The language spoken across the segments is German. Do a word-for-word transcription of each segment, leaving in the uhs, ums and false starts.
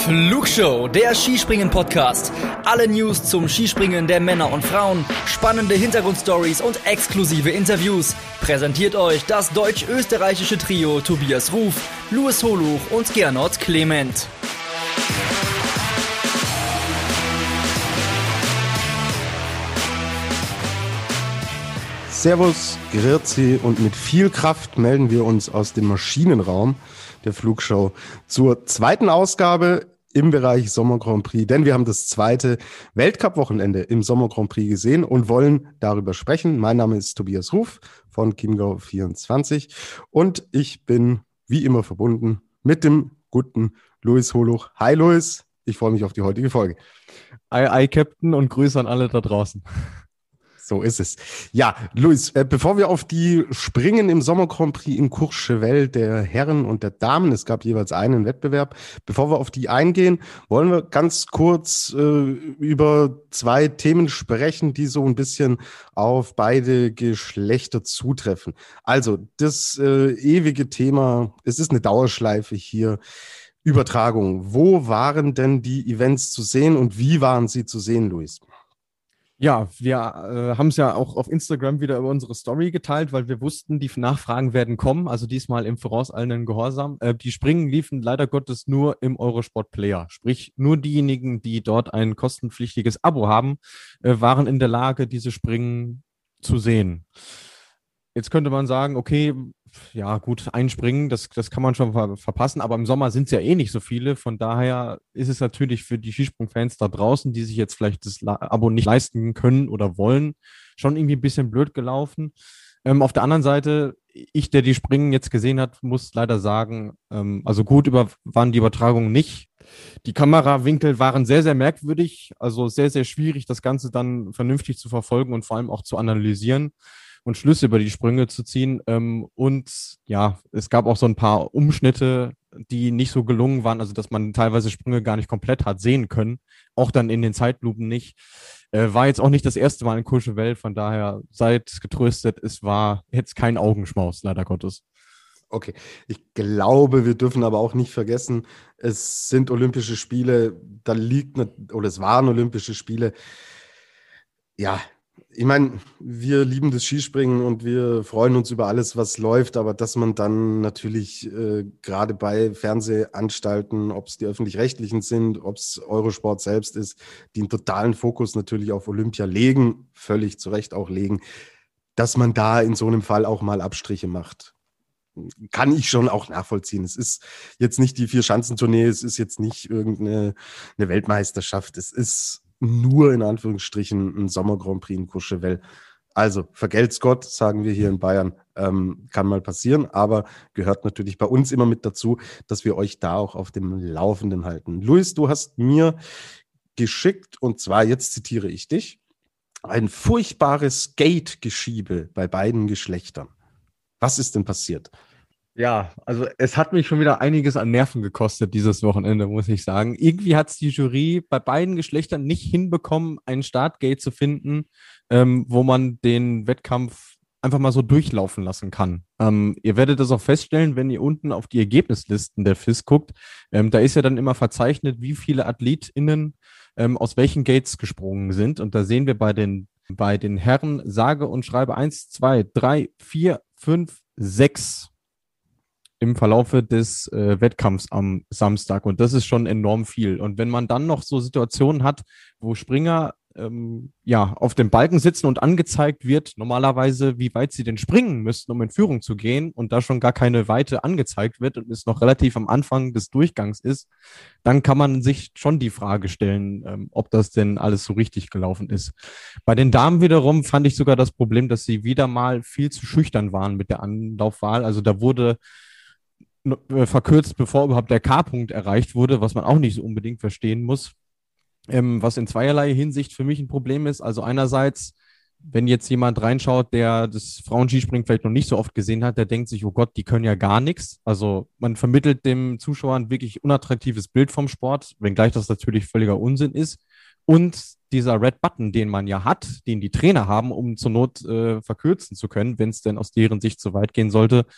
Flugshow, der Skispringen-Podcast. Alle News zum Skispringen der Männer und Frauen, spannende Hintergrundstories und exklusive Interviews. Präsentiert euch das deutsch-österreichische Trio Tobias Ruf, Louis Holuch und Gernot Clement. Servus, Grüezi und mit viel Kraft melden wir uns aus dem Maschinenraum der Flugshow zur zweiten Ausgabe im Bereich Sommer Grand Prix, denn wir haben das zweite Weltcup-Wochenende im Sommer Grand Prix gesehen und wollen darüber sprechen. Mein Name ist Tobias Ruf von Chiemgau vierundzwanzig und ich bin wie immer verbunden mit dem guten Louis Holuch. Hi Louis, ich freue mich auf die heutige Folge. Ei, ei, Captain, und Grüße an alle da draußen. So ist es. Ja, Louis, äh, bevor wir auf die Springen im Sommer Grand Prix in Courchevel der Herren und der Damen, es gab jeweils einen Wettbewerb, bevor wir auf die eingehen, wollen wir ganz kurz äh, über zwei Themen sprechen, die so ein bisschen auf beide Geschlechter zutreffen. Also das äh, ewige Thema, es ist eine Dauerschleife hier, Übertragung. Wo waren denn die Events zu sehen und wie waren sie zu sehen, Louis? Ja, wir äh, haben es ja auch auf Instagram wieder über unsere Story geteilt, weil wir wussten, die Nachfragen werden kommen, also diesmal im vorauseilenden Gehorsam. Äh, die Springen liefen leider Gottes nur im Eurosport Player, sprich nur diejenigen, die dort ein kostenpflichtiges Abo haben, äh, waren in der Lage, diese Springen zu sehen. Jetzt könnte man sagen, okay, ja gut, einspringen, das, das kann man schon ver- verpassen, aber im Sommer sind es ja eh nicht so viele, von daher ist es natürlich für die Skisprung-Fans da draußen, die sich jetzt vielleicht das La- Abo nicht leisten können oder wollen, schon irgendwie ein bisschen blöd gelaufen. Ähm, auf der anderen Seite, ich, der die Springen jetzt gesehen hat, muss leider sagen, ähm, also gut über, waren die Übertragungen nicht. Die Kamerawinkel waren sehr, sehr merkwürdig, also sehr, sehr schwierig, das Ganze dann vernünftig zu verfolgen und vor allem auch zu analysieren und Schlüsse über die Sprünge zu ziehen. Ähm, und ja, es gab auch so ein paar Umschnitte, die nicht so gelungen waren, also dass man teilweise Sprünge gar nicht komplett hat sehen können, auch dann in den Zeitlupen nicht. Äh, war jetzt auch nicht das erste Mal in Courchevel, von daher seid getröstet, es war jetzt kein Augenschmaus, leider Gottes. Okay, ich glaube, wir dürfen aber auch nicht vergessen, es sind Olympische Spiele, da liegt, eine, oder es waren Olympische Spiele. Ja, ich meine, wir lieben das Skispringen und wir freuen uns über alles, was läuft, aber dass man dann natürlich äh, gerade bei Fernsehanstalten, ob es die öffentlich-rechtlichen sind, ob es Eurosport selbst ist, die einen totalen Fokus natürlich auf Olympia legen, völlig zu Recht auch legen, dass man da in so einem Fall auch mal Abstriche macht. Kann ich schon auch nachvollziehen. Es ist jetzt nicht die Vier-Schanzentournee, es ist jetzt nicht irgendeine eine Weltmeisterschaft, es ist nur in Anführungsstrichen ein Sommer Grand Prix in Courchevel. Also vergelt's Gott, sagen wir hier in Bayern, ähm, kann mal passieren, aber gehört natürlich bei uns immer mit dazu, dass wir euch da auch auf dem Laufenden halten. Louis, du hast mir geschickt, und zwar, jetzt zitiere ich dich, ein furchtbares Gate-Geschiebe bei beiden Geschlechtern. Was ist denn passiert? Ja, also es hat mich schon wieder einiges an Nerven gekostet dieses Wochenende, muss ich sagen. Irgendwie hat es die Jury bei beiden Geschlechtern nicht hinbekommen, ein Startgate zu finden, ähm, wo man den Wettkampf einfach mal so durchlaufen lassen kann. Ähm, ihr werdet das auch feststellen, wenn ihr unten auf die Ergebnislisten der F I S guckt. Ähm, da ist ja dann immer verzeichnet, wie viele AthletInnen ähm, aus welchen Gates gesprungen sind. Und da sehen wir bei den, bei den Herren sage und schreibe eins, zwei, drei, vier, fünf, sechs im Verlaufe des äh, Wettkampfs am Samstag. Und das ist schon enorm viel. Und wenn man dann noch so Situationen hat, wo Springer ähm, ja auf dem Balken sitzen und angezeigt wird, normalerweise, wie weit sie denn springen müssten, um in Führung zu gehen, und da schon gar keine Weite angezeigt wird und es noch relativ am Anfang des Durchgangs ist, dann kann man sich schon die Frage stellen, ähm, ob das denn alles so richtig gelaufen ist. Bei den Damen wiederum fand ich sogar das Problem, dass sie wieder mal viel zu schüchtern waren mit der Anlaufwahl. Also da wurde verkürzt, bevor überhaupt der K-Punkt erreicht wurde, was man auch nicht so unbedingt verstehen muss, ähm, was in zweierlei Hinsicht für mich ein Problem ist. Also einerseits, wenn jetzt jemand reinschaut, der das Frauenskispringen vielleicht noch nicht so oft gesehen hat, der denkt sich, oh Gott, die können ja gar nichts. Also man vermittelt dem Zuschauer ein wirklich unattraktives Bild vom Sport, wenngleich das natürlich völliger Unsinn ist. Und dieser Red Button, den man ja hat, den die Trainer haben, um zur Not äh, verkürzen zu können, wenn es denn aus deren Sicht so weit gehen sollte,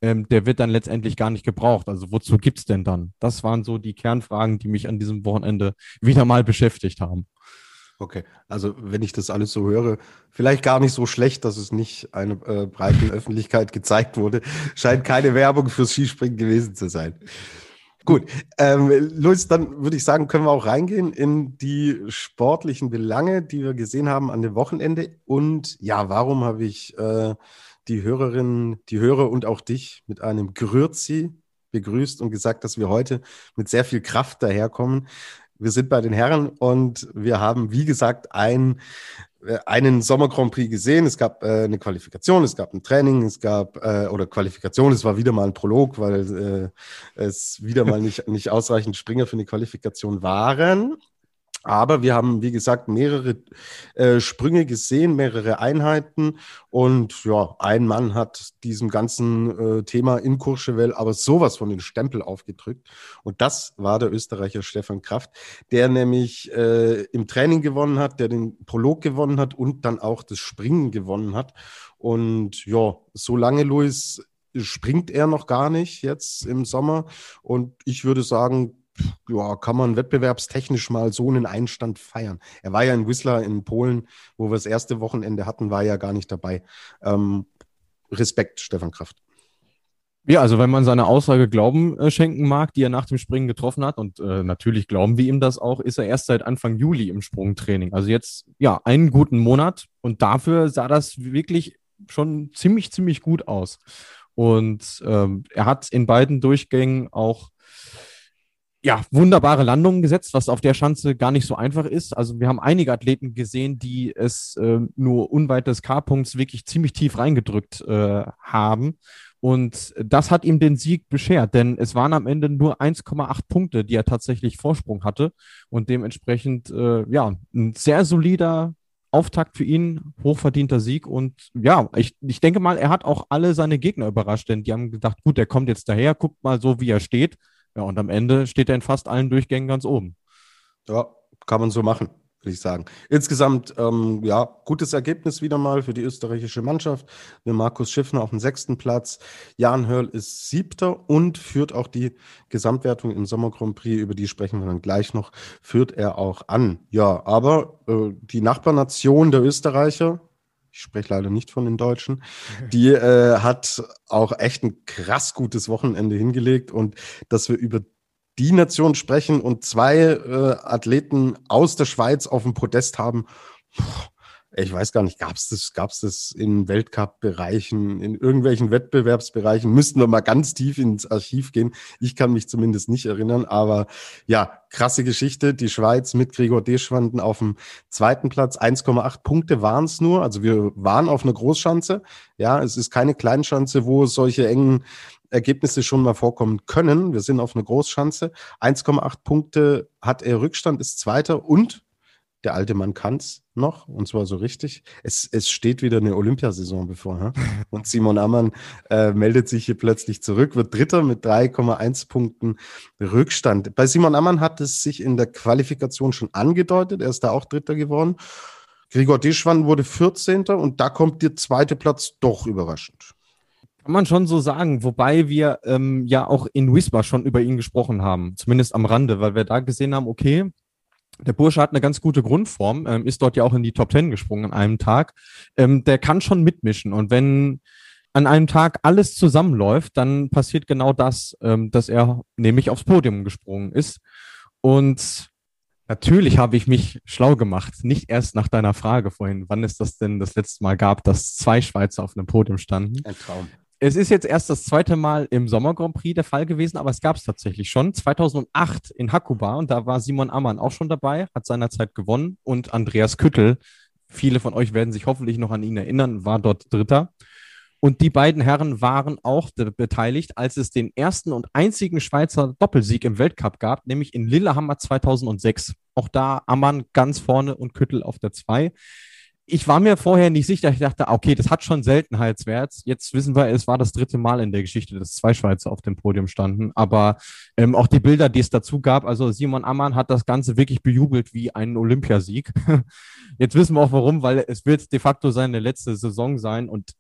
ähm, der wird dann letztendlich gar nicht gebraucht. Also wozu gibt es denn dann? Das waren so die Kernfragen, die mich an diesem Wochenende wieder mal beschäftigt haben. Okay, also wenn ich das alles so höre, vielleicht gar nicht so schlecht, dass es nicht einer äh, breiten Öffentlichkeit gezeigt wurde. Scheint keine Werbung fürs Skispringen gewesen zu sein. Gut, ähm, Luis, dann würde ich sagen, können wir auch reingehen in die sportlichen Belange, die wir gesehen haben an dem Wochenende. Und ja, warum habe ich äh, die Hörerinnen, die Hörer und auch dich mit einem Grüezi begrüßt und gesagt, dass wir heute mit sehr viel Kraft daherkommen? Wir sind bei den Herren und wir haben, wie gesagt, ein, äh, einen Sommer Grand Prix gesehen. Es gab äh, eine Qualifikation, es gab ein Training, es gab, äh, oder Qualifikation, es war wieder mal ein Prolog, weil äh, es wieder mal nicht, nicht ausreichend Springer für eine Qualifikation waren. Aber wir haben, wie gesagt, mehrere äh, Sprünge gesehen, mehrere Einheiten. Und ja, ein Mann hat diesem ganzen äh, Thema in Courchevel aber sowas von den Stempel aufgedrückt. Und das war der Österreicher Stefan Kraft, der nämlich äh, im Training gewonnen hat, der den Prolog gewonnen hat und dann auch das Springen gewonnen hat. Und ja, so lange, Luis, springt er noch gar nicht jetzt im Sommer. Und ich würde sagen, ja, kann man wettbewerbstechnisch mal so einen Einstand feiern. Er war ja in Whistler in Polen, wo wir das erste Wochenende hatten, war ja gar nicht dabei. Ähm, Respekt, Stefan Kraft. Ja, also wenn man seine Aussage Glauben äh, schenken mag, die er nach dem Springen getroffen hat, und äh, natürlich glauben wir ihm das auch, ist er erst seit Anfang Juli im Sprungtraining. Also jetzt, ja, einen guten Monat, und dafür sah das wirklich schon ziemlich, ziemlich gut aus. Und ähm, er hat in beiden Durchgängen auch ja, wunderbare Landungen gesetzt, was auf der Schanze gar nicht so einfach ist. Also wir haben einige Athleten gesehen, die es äh, nur unweit des K-Punkts wirklich ziemlich tief reingedrückt äh, haben. Und das hat ihm den Sieg beschert, denn es waren am Ende nur eins Komma acht Punkte, die er tatsächlich Vorsprung hatte. Und dementsprechend, äh, ja, ein sehr solider Auftakt für ihn, hochverdienter Sieg. Und ja, ich, ich denke mal, er hat auch alle seine Gegner überrascht, denn die haben gedacht, gut, der kommt jetzt daher, guckt mal so, wie er steht. Ja, und am Ende steht er in fast allen Durchgängen ganz oben. Ja, kann man so machen, würde ich sagen. Insgesamt, ähm, ja, gutes Ergebnis wieder mal für die österreichische Mannschaft. Mit Markus Schiffner auf dem sechsten Platz. Jan Hörl ist siebter und führt auch die Gesamtwertung im Sommer Grand Prix, über die sprechen wir dann gleich noch, führt er auch an. Ja, aber äh, die Nachbarnation der Österreicher, ich spreche leider nicht von den Deutschen, die äh, hat auch echt ein krass gutes Wochenende hingelegt. Und dass wir über die Nation sprechen und zwei äh, Athleten aus der Schweiz auf dem Podest haben, ich weiß gar nicht, gab es das, gab's das in Weltcup-Bereichen, in irgendwelchen Wettbewerbsbereichen? Müssten wir mal ganz tief ins Archiv gehen. Ich kann mich zumindest nicht erinnern, aber ja, krasse Geschichte. Die Schweiz mit Gregor Deschwanden auf dem zweiten Platz. eins Komma acht Punkte waren es nur. Also wir waren auf einer Großschanze. Ja, es ist keine Kleinschanze, wo solche engen Ergebnisse schon mal vorkommen können. Wir sind auf einer Großschanze. eins Komma acht Punkte hat er Rückstand, ist Zweiter, und der alte Mann kann's noch, und zwar so richtig. Es, es steht wieder eine Olympiasaison bevor. Hm? Und Simon Ammann äh, meldet sich hier plötzlich zurück, wird Dritter mit drei Komma eins Punkten Rückstand. Bei Simon Ammann hat es sich in der Qualifikation schon angedeutet. Er ist da auch Dritter geworden. Gregor Deschwanden wurde vierzehnter und da kommt der zweite Platz doch überraschend. Kann man schon so sagen, wobei wir ähm, ja auch in Wismar schon über ihn gesprochen haben, zumindest am Rande, weil wir da gesehen haben, okay, der Bursche hat eine ganz gute Grundform, ähm, ist dort ja auch in die Top Ten gesprungen an einem Tag. Ähm, der kann schon mitmischen, und wenn an einem Tag alles zusammenläuft, dann passiert genau das, ähm, dass er nämlich aufs Podium gesprungen ist. Und natürlich habe ich mich schlau gemacht, nicht erst nach deiner Frage vorhin, wann es das denn das letzte Mal gab, dass zwei Schweizer auf einem Podium standen. Ein Traum. Es ist jetzt erst das zweite Mal im Sommer Grand Prix der Fall gewesen, aber es gab es tatsächlich schon. zweitausendacht in Hakuba, und da war Simon Ammann auch schon dabei, hat seinerzeit gewonnen, und Andreas Küttel, viele von euch werden sich hoffentlich noch an ihn erinnern, war dort Dritter. Und die beiden Herren waren auch beteiligt, als es den ersten und einzigen Schweizer Doppelsieg im Weltcup gab, nämlich in Lillehammer zweitausendsechs. Auch da Ammann ganz vorne und Küttel auf der zwei. Ich war mir vorher nicht sicher. Ich dachte, okay, das hat schon Seltenheitswert. Jetzt wissen wir, es war das dritte Mal in der Geschichte, dass zwei Schweizer auf dem Podium standen. Aber ähm, auch die Bilder, die es dazu gab, also Simon Ammann hat das Ganze wirklich bejubelt wie einen Olympiasieg. Jetzt wissen wir auch warum, weil es wird de facto seine letzte Saison sein. Und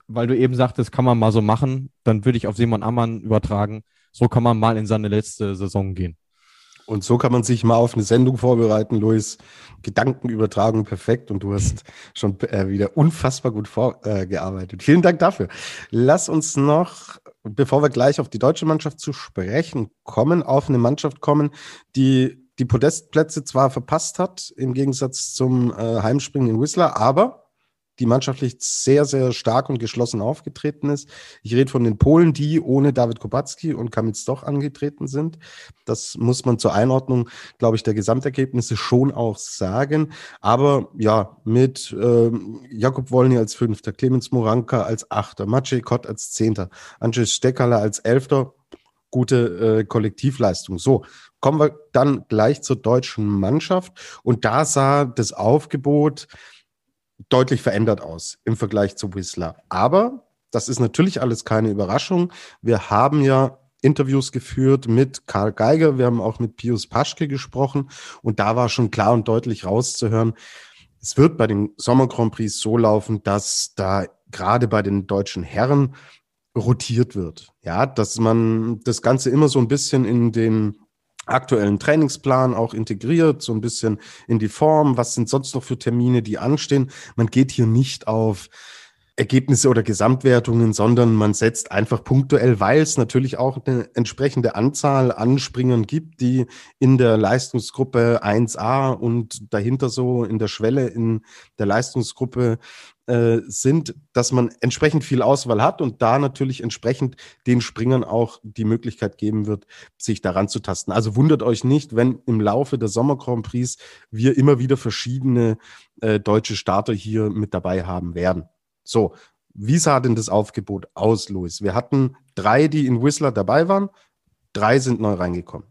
weil du eben sagtest, kann man mal so machen, dann würde ich auf Simon Ammann übertragen, so kann man mal in seine letzte Saison gehen. Und so kann man sich mal auf eine Sendung vorbereiten, Luis. Gedankenübertragung perfekt und du hast schon äh, wieder unfassbar gut vorgearbeitet. Äh, Vielen Dank dafür. Lass uns noch, bevor wir gleich auf die deutsche Mannschaft zu sprechen kommen, auf eine Mannschaft kommen, die die Podestplätze zwar verpasst hat, im Gegensatz zum äh, Heimspringen in Whistler, aber die mannschaftlich sehr, sehr stark und geschlossen aufgetreten ist. Ich rede von den Polen, die ohne David Kubacki und Kamil Stoch angetreten sind. Das muss man zur Einordnung, glaube ich, der Gesamtergebnisse schon auch sagen. Aber ja, mit äh, Jakub Wolny als Fünfter, Clemens Moranka als Achter, Maciej Kot als Zehnter, Andrzej Stekala als Elfter, gute äh, Kollektivleistung. So, kommen wir dann gleich zur deutschen Mannschaft. Und da sah das Aufgebot deutlich verändert aus im Vergleich zu Whistler. Aber das ist natürlich alles keine Überraschung. Wir haben ja Interviews geführt mit Karl Geiger, wir haben auch mit Pius Paschke gesprochen und da war schon klar und deutlich rauszuhören, es wird bei den Sommer Grand Prix so laufen, dass da gerade bei den deutschen Herren rotiert wird. Ja, dass man das Ganze immer so ein bisschen in den aktuellen Trainingsplan auch integriert, so ein bisschen in die Form, was sind sonst noch für Termine, die anstehen. Man geht hier nicht auf Ergebnisse oder Gesamtwertungen, sondern man setzt einfach punktuell, weil es natürlich auch eine entsprechende Anzahl an Springern gibt, die in der Leistungsgruppe eins a und dahinter so in der Schwelle in der Leistungsgruppe äh, sind, dass man entsprechend viel Auswahl hat und da natürlich entsprechend den Springern auch die Möglichkeit geben wird, sich daran zu tasten. Also wundert euch nicht, wenn im Laufe der Sommer Grand Prix wir immer wieder verschiedene äh, deutsche Starter hier mit dabei haben werden. So, wie sah denn das Aufgebot aus, Luis? Wir hatten drei, die in Whistler dabei waren, drei sind neu reingekommen.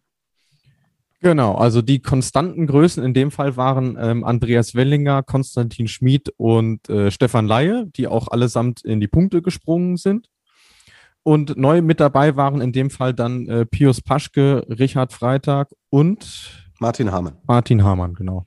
Genau, also die konstanten Größen in dem Fall waren ähm, Andreas Wellinger, Konstantin Schmid und äh, Stefan Laie, die auch allesamt in die Punkte gesprungen sind. Und neu mit dabei waren in dem Fall dann äh, Pius Paschke, Richard Freitag und Martin Hamann. Martin Hamann, genau.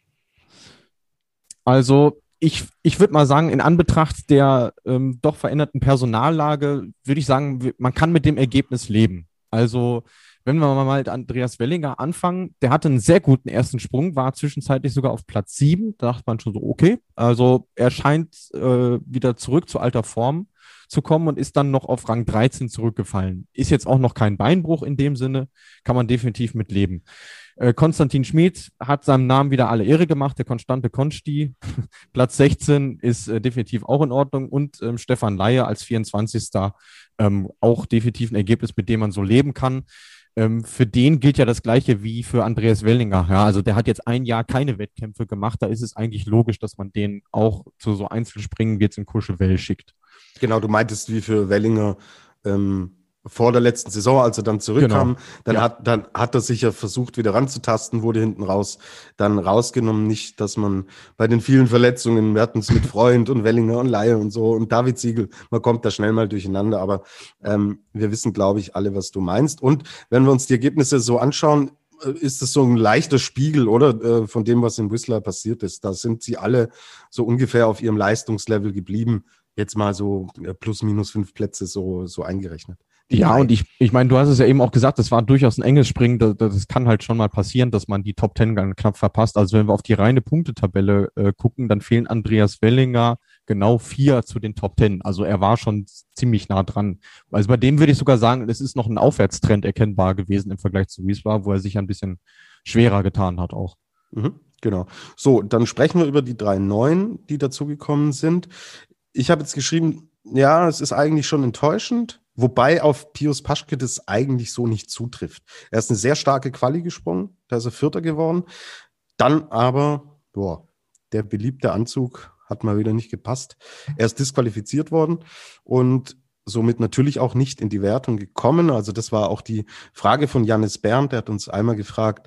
Also Ich, ich würde mal sagen, in Anbetracht der ähm, doch veränderten Personallage, würde ich sagen, man kann mit dem Ergebnis leben. Also, wenn wir mal mit Andreas Wellinger anfangen, der hatte einen sehr guten ersten Sprung, war zwischenzeitlich sogar auf Platz sieben. Da dachte man schon so, okay, also er scheint äh, wieder zurück zu alter Form zu kommen und ist dann noch auf Rang dreizehn zurückgefallen. Ist jetzt auch noch kein Beinbruch in dem Sinne, kann man definitiv mit leben. Äh, Konstantin Schmid hat seinem Namen wieder alle Ehre gemacht, der konstante Konsti. Platz sechzehn ist äh, definitiv auch in Ordnung und ähm, Stefan Laie als vierundzwanzigster Ähm, auch definitiv ein Ergebnis, mit dem man so leben kann. Ähm, für den gilt ja das Gleiche wie für Andreas Wellinger. Ja, also der hat jetzt ein Jahr keine Wettkämpfe gemacht. Da ist es eigentlich logisch, dass man den auch zu so Einzelspringen wie jetzt in Courchevel schickt. Genau, du meintest wie für Wellinger ähm, vor der letzten Saison, als er dann zurückkam, genau. dann, ja. hat, dann hat er sich ja versucht, wieder ranzutasten, wurde hinten raus dann rausgenommen. Nicht, dass man bei den vielen Verletzungen, wir hatten es mit Freund und Wellinger und Laie und so und David Siegel, man kommt da schnell mal durcheinander, aber ähm, wir wissen, glaube ich, alle, was du meinst. Und wenn wir uns die Ergebnisse so anschauen, ist das so ein leichter Spiegel, oder, äh, von dem, was in Whistler passiert ist. Da sind sie alle so ungefähr auf ihrem Leistungslevel geblieben. Jetzt mal so plus minus fünf Plätze so, so eingerechnet. Ja, und ich, ich meine, du hast es ja eben auch gesagt, das war durchaus ein enges Springen. Das, das kann halt schon mal passieren, dass man die Top Ten dann knapp verpasst. Also wenn wir auf die reine Punktetabelle äh, gucken, dann fehlen Andreas Wellinger genau vier zu den Top Ten. Also er war schon ziemlich nah dran. Also bei dem würde ich sogar sagen, es ist noch ein Aufwärtstrend erkennbar gewesen im Vergleich zu Whistler, wo er sich ein bisschen schwerer getan hat auch. Mhm, genau. So, dann sprechen wir über die drei Neuen, die dazugekommen sind. Ich habe jetzt geschrieben, ja, es ist eigentlich schon enttäuschend, wobei auf Pius Paschke das eigentlich so nicht zutrifft. Er ist eine sehr starke Quali gesprungen, da ist er Vierter geworden. Dann aber, boah, der beliebte Anzug hat mal wieder nicht gepasst. Er ist disqualifiziert worden und somit natürlich auch nicht in die Wertung gekommen. Also das war auch die Frage von Jannis Berndt. Der hat uns einmal gefragt,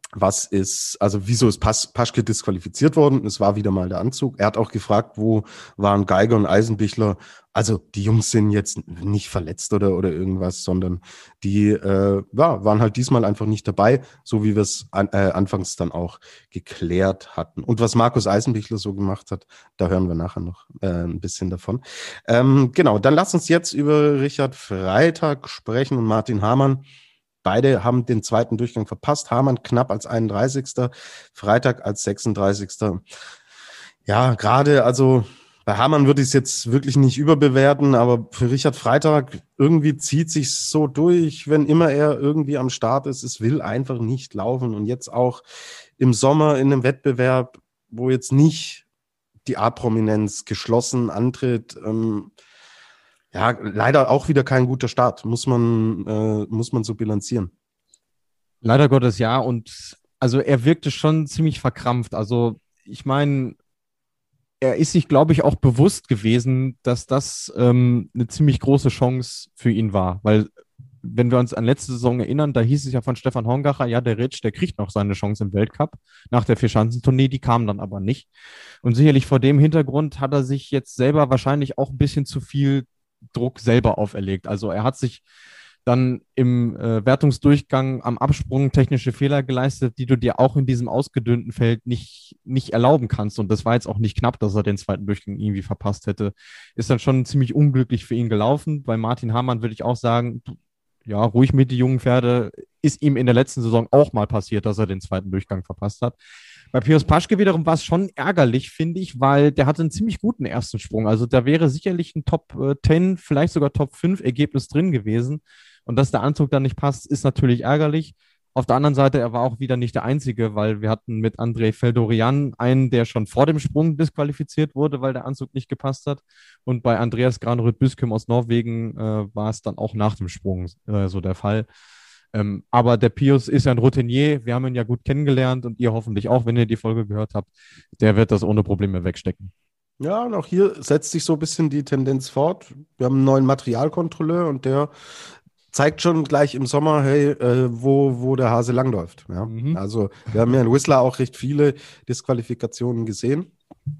Was ist, also wieso ist Pas- Paschke disqualifiziert worden? Es war wieder mal der Anzug. Er hat auch gefragt, wo waren Geiger und Eisenbichler? Also die Jungs sind jetzt nicht verletzt oder, oder irgendwas, sondern die äh, ja, waren halt diesmal einfach nicht dabei, so wie wir es an, äh, anfangs dann auch geklärt hatten. Und was Markus Eisenbichler so gemacht hat, da hören wir nachher noch äh, ein bisschen davon. Ähm, genau, dann lass uns jetzt über Richard Freitag sprechen und Martin Hamann. Beide haben den zweiten Durchgang verpasst. Hamann knapp als einunddreißigster Freitag als sechsunddreißigster Ja, gerade, also bei Hamann würde ich es jetzt wirklich nicht überbewerten, aber für Richard Freitag irgendwie zieht sich so durch, wenn immer er irgendwie am Start ist. Es will einfach nicht laufen. Und jetzt auch im Sommer in einem Wettbewerb, wo jetzt nicht die A-Prominenz geschlossen antritt, ähm, ja, leider auch wieder kein guter Start, muss man, äh, muss man so bilanzieren. Leider Gottes ja. Und also er wirkte schon ziemlich verkrampft. Also ich meine, er ist sich, glaube ich, auch bewusst gewesen, dass das ähm, eine ziemlich große Chance für ihn war. Weil, wenn wir uns an letzte Saison erinnern, da hieß es ja von Stefan Horngacher, ja, der Ritsch, der kriegt noch seine Chance im Weltcup nach der Vierschanzentournee, die kam dann aber nicht. Und sicherlich vor dem Hintergrund hat er sich jetzt selber wahrscheinlich auch ein bisschen zu viel Druck selber auferlegt. Also er hat sich dann im äh, Wertungsdurchgang am Absprung technische Fehler geleistet, die du dir auch in diesem ausgedünnten Feld nicht, nicht erlauben kannst. Und das war jetzt auch nicht knapp, dass er den zweiten Durchgang irgendwie verpasst hätte. Ist dann schon ziemlich unglücklich für ihn gelaufen. Bei Martin Hamann würde ich auch sagen, ja, ruhig mit die jungen Pferde. Ist ihm in der letzten Saison auch mal passiert, dass er den zweiten Durchgang verpasst hat. Bei Pius Paschke wiederum war es schon ärgerlich, finde ich, weil der hatte einen ziemlich guten ersten Sprung. Also da wäre sicherlich ein Top zehn, vielleicht sogar Top fünf Ergebnis drin gewesen. Und dass der Anzug dann nicht passt, ist natürlich ärgerlich. Auf der anderen Seite, er war auch wieder nicht der Einzige, weil wir hatten mit André Feldorian einen, der schon vor dem Sprung disqualifiziert wurde, weil der Anzug nicht gepasst hat. Und bei Andreas Granerud-Büskum aus Norwegen äh, war es dann auch nach dem Sprung äh, so der Fall. Ähm, aber der Pius ist ja ein Routinier. Wir haben ihn ja gut kennengelernt und ihr hoffentlich auch, wenn ihr die Folge gehört habt. Der wird das ohne Probleme wegstecken. Ja, und auch hier setzt sich so ein bisschen die Tendenz fort. Wir haben einen neuen Materialkontrolleur und der zeigt schon gleich im Sommer, hey, äh, wo, wo der Hase langläuft. Ja? Mhm. Also wir haben ja in Whistler auch recht viele Disqualifikationen gesehen.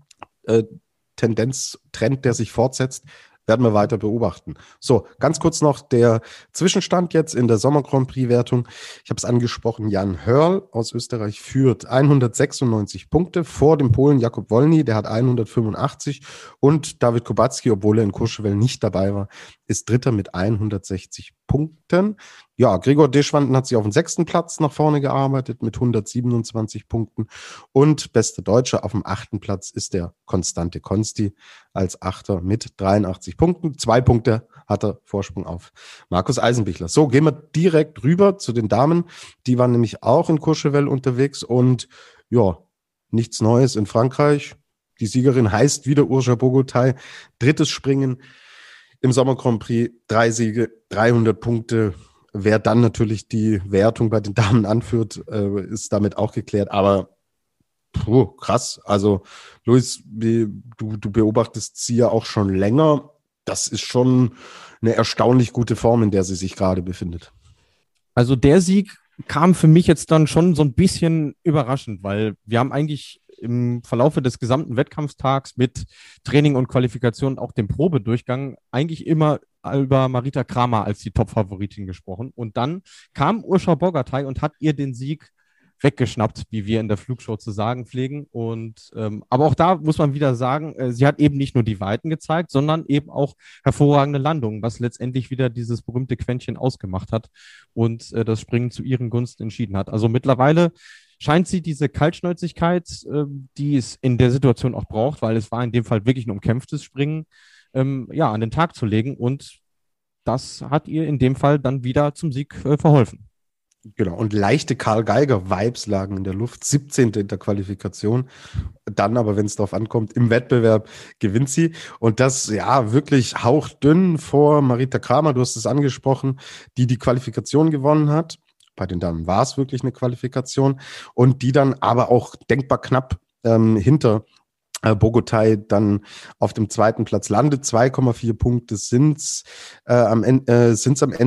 Äh, Tendenz, Trend, der sich fortsetzt, werden wir weiter beobachten. So, ganz kurz noch der Zwischenstand jetzt in der Sommer-Grand Prix-Wertung. Ich habe es angesprochen, Jan Hörl aus Österreich führt hundertsechsundneunzig Punkte vor dem Polen Jakub Wolny, der hat hundertfünfundachtzig und David Kubacki, obwohl er in Courchevel nicht dabei war, ist Dritter mit hundertsechzig Punkten. Ja, Gregor Deschwanden hat sich auf den sechsten Platz nach vorne gearbeitet mit hundertsiebenundzwanzig Punkten und bester Deutscher auf dem achten Platz ist der Constante Consti als Achter mit dreiundachtzig Punkten. Zwei Punkte hat er Vorsprung auf Markus Eisenbichler. So, gehen wir direkt rüber zu den Damen. Die waren nämlich auch in Courchevel unterwegs und ja, nichts Neues in Frankreich. Die Siegerin heißt wieder Urja Bogotai. Drittes Springen im Sommer Grand Prix, drei Siege, dreihundert Punkte. Wer dann natürlich die Wertung bei den Damen anführt, äh, ist damit auch geklärt. Aber puh, krass. Also, Luis, wie, du, du beobachtest sie ja auch schon länger. Das ist schon eine erstaunlich gute Form, in der sie sich gerade befindet. Also der Sieg kam für mich jetzt dann schon so ein bisschen überraschend, weil wir haben eigentlich im Verlaufe des gesamten Wettkampftags mit Training und Qualifikation, auch dem Probedurchgang, eigentlich immer über Marita Kramer als die Top-Favoritin gesprochen. Und dann kam Urša Bogataj und hat ihr den Sieg weggeschnappt, wie wir in der Flugshow zu sagen pflegen. Und ähm, aber auch da muss man wieder sagen, äh, sie hat eben nicht nur die Weiten gezeigt, sondern eben auch hervorragende Landungen, was letztendlich wieder dieses berühmte Quäntchen ausgemacht hat und äh, das Springen zu ihren Gunsten entschieden hat. Also mittlerweile scheint sie diese Kaltschnäuzigkeit, äh, die es in der Situation auch braucht, weil es war in dem Fall wirklich ein umkämpftes Springen, ähm, ja, an den Tag zu legen. Und das hat ihr in dem Fall dann wieder zum Sieg äh, verholfen. Genau, und leichte Karl Geiger-Vibes lagen in der Luft, siebzehnte in der Qualifikation. Dann aber, wenn es darauf ankommt, im Wettbewerb gewinnt sie. Und das, ja, wirklich hauchdünn vor Marita Kramer, du hast es angesprochen, die die Qualifikation gewonnen hat. Bei den Damen war es wirklich eine Qualifikation. Und die dann aber auch denkbar knapp ähm, hinter äh, Bogotaj dann auf dem zweiten Platz landet. zwei Komma vier Punkte sind es äh, am, äh, sind's am Ende.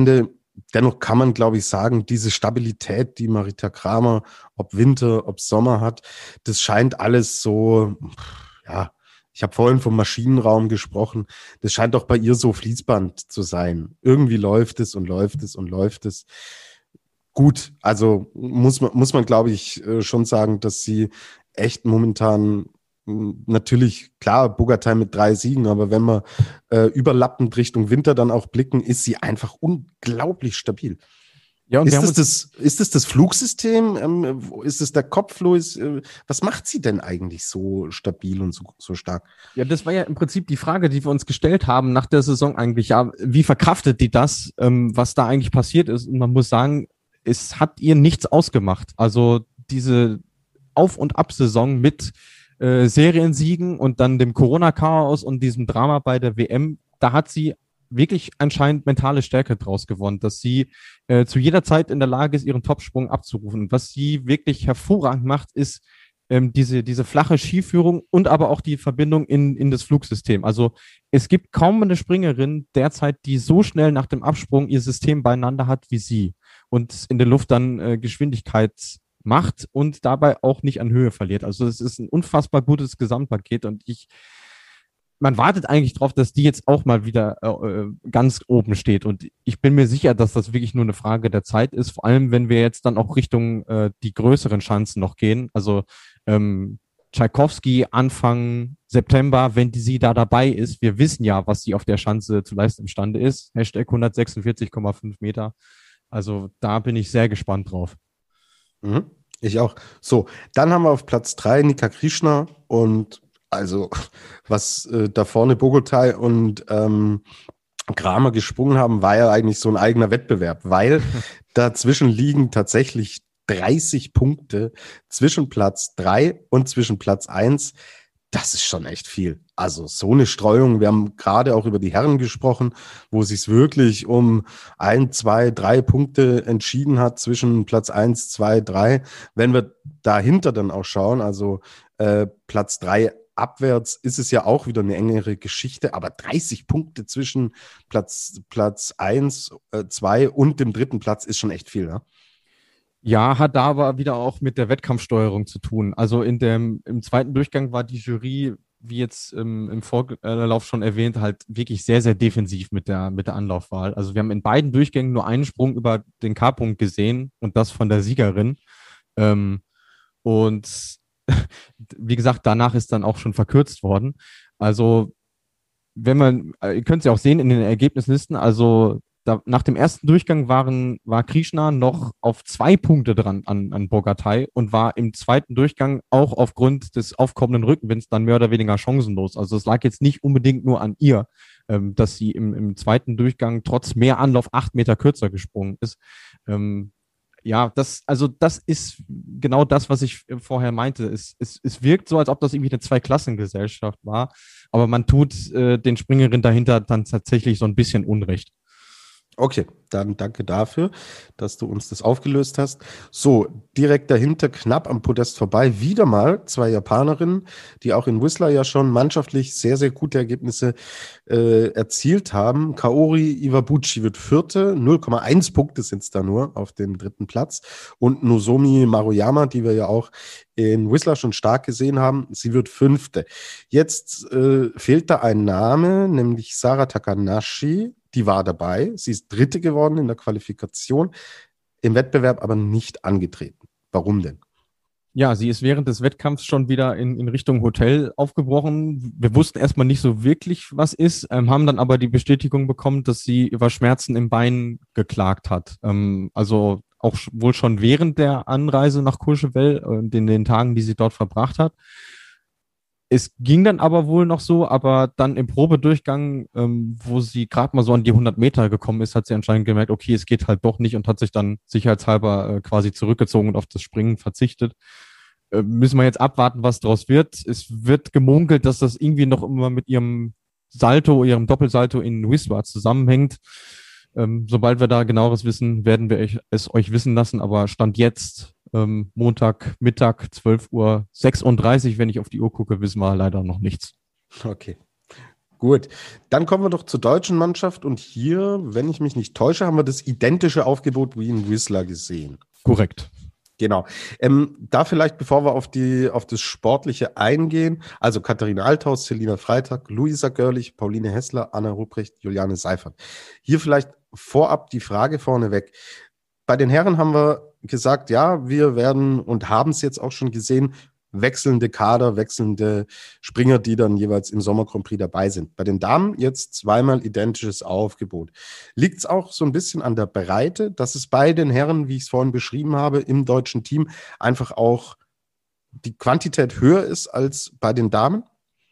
dennoch kann man, glaube ich, sagen, diese Stabilität, die Marita Kramer, ob Winter, ob Sommer hat, das scheint alles so, ja, ich habe vorhin vom Maschinenraum gesprochen, das scheint doch bei ihr so Fließband zu sein. Irgendwie läuft es und läuft es und läuft es. Gut, also muss man, muss man, glaube ich, schon sagen, dass sie echt momentan natürlich, klar, Bogartei mit drei Siegen, aber wenn wir äh, überlappend Richtung Winter dann auch blicken, ist sie einfach unglaublich stabil. Ja, und ist, das das, ist das das Flugsystem? Ähm, ist es der Kopf, Louis? Äh, was macht sie denn eigentlich so stabil und so, so stark? Ja, das war ja im Prinzip die Frage, die wir uns gestellt haben nach der Saison eigentlich. Ja, wie verkraftet die das, ähm, was da eigentlich passiert ist? Und man muss sagen, es hat ihr nichts ausgemacht. Also diese Auf- und Ab-Saison mit äh, Seriensiegen und dann dem Corona-Chaos und diesem Drama bei der W M, da hat sie wirklich anscheinend mentale Stärke draus gewonnen, dass sie äh, zu jeder Zeit in der Lage ist, ihren Topsprung abzurufen. Und was sie wirklich hervorragend macht, ist ähm, diese, diese flache Skiführung und aber auch die Verbindung in, in das Flugsystem. Also es gibt kaum eine Springerin derzeit, die so schnell nach dem Absprung ihr System beieinander hat wie sie und in der Luft dann äh, Geschwindigkeit macht und dabei auch nicht an Höhe verliert. Also es ist ein unfassbar gutes Gesamtpaket und ich man wartet eigentlich drauf, dass die jetzt auch mal wieder äh, ganz oben steht. Und ich bin mir sicher, dass das wirklich nur eine Frage der Zeit ist. Vor allem, wenn wir jetzt dann auch Richtung äh, die größeren Chancen noch gehen. Also ähm, Tchaikovsky Anfang September, wenn die sie da dabei ist. Wir wissen ja, was sie auf der Schanze zu leisten imstande ist. Hashtag hundertsechsundvierzig Komma fünf Meter. Also da bin ich sehr gespannt drauf. Mhm, ich auch. So, dann haben wir auf Platz drei Nika Krishna und also, was äh, da vorne Bogartei und ähm, Kramer gesprungen haben, war ja eigentlich so ein eigener Wettbewerb, weil dazwischen liegen tatsächlich dreißig Punkte zwischen Platz drei und zwischen Platz eins. Das ist schon echt viel. Also so eine Streuung. Wir haben gerade auch über die Herren gesprochen, wo es sich wirklich um ein, zwei, drei Punkte entschieden hat zwischen Platz eins, zwei, drei. Wenn wir dahinter dann auch schauen, also äh, Platz drei abwärts ist es ja auch wieder eine engere Geschichte, aber dreißig Punkte zwischen Platz, Platz eins, zwei und dem dritten Platz ist schon echt viel, ja? Ja, hat da aber wieder auch mit der Wettkampfsteuerung zu tun. Also in dem, im zweiten Durchgang war die Jury, wie jetzt im, im Vorlauf schon erwähnt, halt wirklich sehr, sehr defensiv mit der, mit der Anlaufwahl. Also wir haben in beiden Durchgängen nur einen Sprung über den K-Punkt gesehen und das von der Siegerin. Ähm, und wie gesagt, danach ist dann auch schon verkürzt worden. Also, wenn man, ihr könnt es ja auch sehen in den Ergebnislisten, also da, nach dem ersten Durchgang waren, war Krishna noch auf zwei Punkte dran an, an Bogartei und war im zweiten Durchgang auch aufgrund des aufkommenden Rückenwinds dann mehr oder weniger chancenlos. Also es lag jetzt nicht unbedingt nur an ihr, ähm, dass sie im, im zweiten Durchgang trotz mehr Anlauf acht Meter kürzer gesprungen ist. Ähm, Ja, das, also das ist genau das, was ich vorher meinte. Es, es, es wirkt so, als ob das irgendwie eine Zweiklassengesellschaft war, aber man tut äh, den Springerinnen dahinter dann tatsächlich so ein bisschen Unrecht. Okay, dann danke dafür, dass du uns das aufgelöst hast. So, direkt dahinter, knapp am Podest vorbei, wieder mal zwei Japanerinnen, die auch in Whistler ja schon mannschaftlich sehr, sehr gute Ergebnisse äh, erzielt haben. Kaori Iwabuchi wird Vierte, null Komma eins Punkte sind es da nur auf dem dritten Platz. Und Nozomi Maruyama, die wir ja auch in Whistler schon stark gesehen haben, sie wird Fünfte. Jetzt äh, fehlt da ein Name, nämlich Sara Takanashi. Die war dabei. Sie ist Dritte geworden in der Qualifikation, im Wettbewerb aber nicht angetreten. Warum denn? Ja, sie ist während des Wettkampfs schon wieder in, in Richtung Hotel aufgebrochen. Wir wussten erstmal nicht so wirklich, was ist, ähm, haben dann aber die Bestätigung bekommen, dass sie über Schmerzen im Bein geklagt hat. Ähm, also auch wohl schon während der Anreise nach Courchevel und in den Tagen, die sie dort verbracht hat. Es ging dann aber wohl noch so, aber dann im Probedurchgang, ähm, wo sie gerade mal so an die hundert Meter gekommen ist, hat sie anscheinend gemerkt, okay, es geht halt doch nicht und hat sich dann sicherheitshalber äh, quasi zurückgezogen und auf das Springen verzichtet. Äh, müssen wir jetzt abwarten, was draus wird. Es wird gemunkelt, dass das irgendwie noch immer mit ihrem Salto, ihrem Doppelsalto in Whistler zusammenhängt. Ähm, sobald wir da genaueres wissen, werden wir es euch wissen lassen, aber Stand jetzt Ähm, Montag, Mittag, zwölf Uhr sechsunddreißig, wenn ich auf die Uhr gucke, wissen wir leider noch nichts. Okay, Gut, dann kommen wir doch zur deutschen Mannschaft und hier, wenn ich mich nicht täusche, haben wir das identische Aufgebot wie in Whistler gesehen. Korrekt. Genau. Ähm, da vielleicht, bevor wir auf die, auf das Sportliche eingehen, also Katharina Althaus, Selina Freitag, Luisa Görlich, Pauline Hessler, Anna Rupprecht, Juliane Seifert. Hier vielleicht vorab die Frage vorneweg. Bei den Herren haben wir gesagt, ja, wir werden und haben es jetzt auch schon gesehen, wechselnde Kader, wechselnde Springer, die dann jeweils im Sommer Grand Prix dabei sind. Bei den Damen jetzt zweimal identisches Aufgebot. Liegt es auch so ein bisschen an der Breite, dass es bei den Herren, wie ich es vorhin beschrieben habe, im deutschen Team einfach auch die Quantität höher ist als bei den Damen?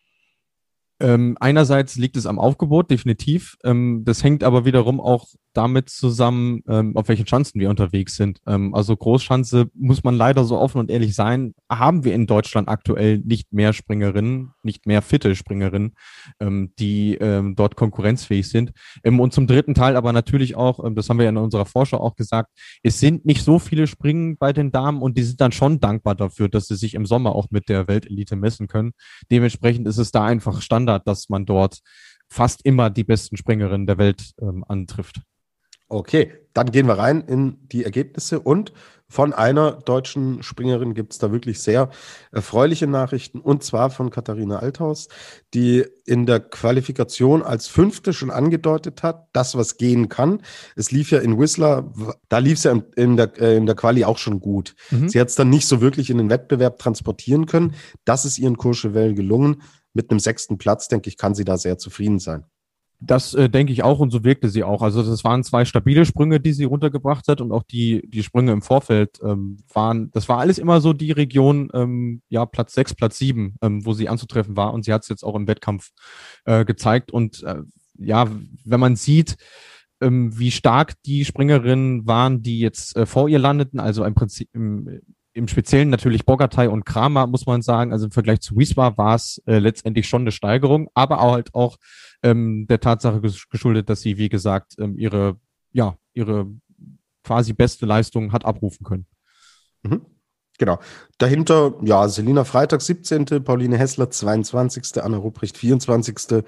Ähm, einerseits liegt es am Aufgebot, definitiv. Ähm, das hängt aber wiederum auch damit zusammen, ähm, auf welchen Schanzen wir unterwegs sind. Ähm, also Großschanze, muss man leider so offen und ehrlich sein, haben wir in Deutschland aktuell nicht mehr Springerinnen, nicht mehr fitte Springerinnen, ähm, die ähm, dort konkurrenzfähig sind. Ähm, und zum dritten Teil aber natürlich auch, ähm, das haben wir ja in unserer Vorschau auch gesagt, es sind nicht so viele Springen bei den Damen und die sind dann schon dankbar dafür, dass sie sich im Sommer auch mit der Weltelite messen können. Dementsprechend ist es da einfach Standard, dass man dort fast immer die besten Springerinnen der Welt ähm, antrifft. Okay, dann gehen wir rein in die Ergebnisse und von einer deutschen Springerin gibt es da wirklich sehr erfreuliche Nachrichten und zwar von Katharina Althaus, die in der Qualifikation als Fünfte schon angedeutet hat, dass was gehen kann. Es lief ja in Whistler, da lief es ja in der, in der Quali auch schon gut. Mhm. Sie hat es dann nicht so wirklich in den Wettbewerb transportieren können. Das ist ihr in Courchevel gelungen. Mit einem sechsten Platz, denke ich, kann sie da sehr zufrieden sein. Das äh, denke ich auch und so wirkte sie auch. Also das waren zwei stabile Sprünge, die sie runtergebracht hat und auch die die Sprünge im Vorfeld ähm, waren, das war alles immer so die Region, ähm, ja Platz sechs, Platz sieben, ähm, wo sie anzutreffen war und sie hat es jetzt auch im Wettkampf äh, gezeigt und äh, ja, wenn man sieht, ähm, wie stark die Springerinnen waren, die jetzt äh, vor ihr landeten, also im Prinzip im Im Speziellen natürlich Bogatay und Kramer, muss man sagen. Also im Vergleich zu Wisła war es äh, letztendlich schon eine Steigerung, aber auch halt auch ähm, der Tatsache geschuldet, dass sie, wie gesagt, ähm, ihre, ja, ihre quasi beste Leistung hat abrufen können. Mhm. Genau. Dahinter, ja, Selina Freitag siebzehnte Pauline Hessler zweiundzwanzigste Anna Rupprecht vierundzwanzigste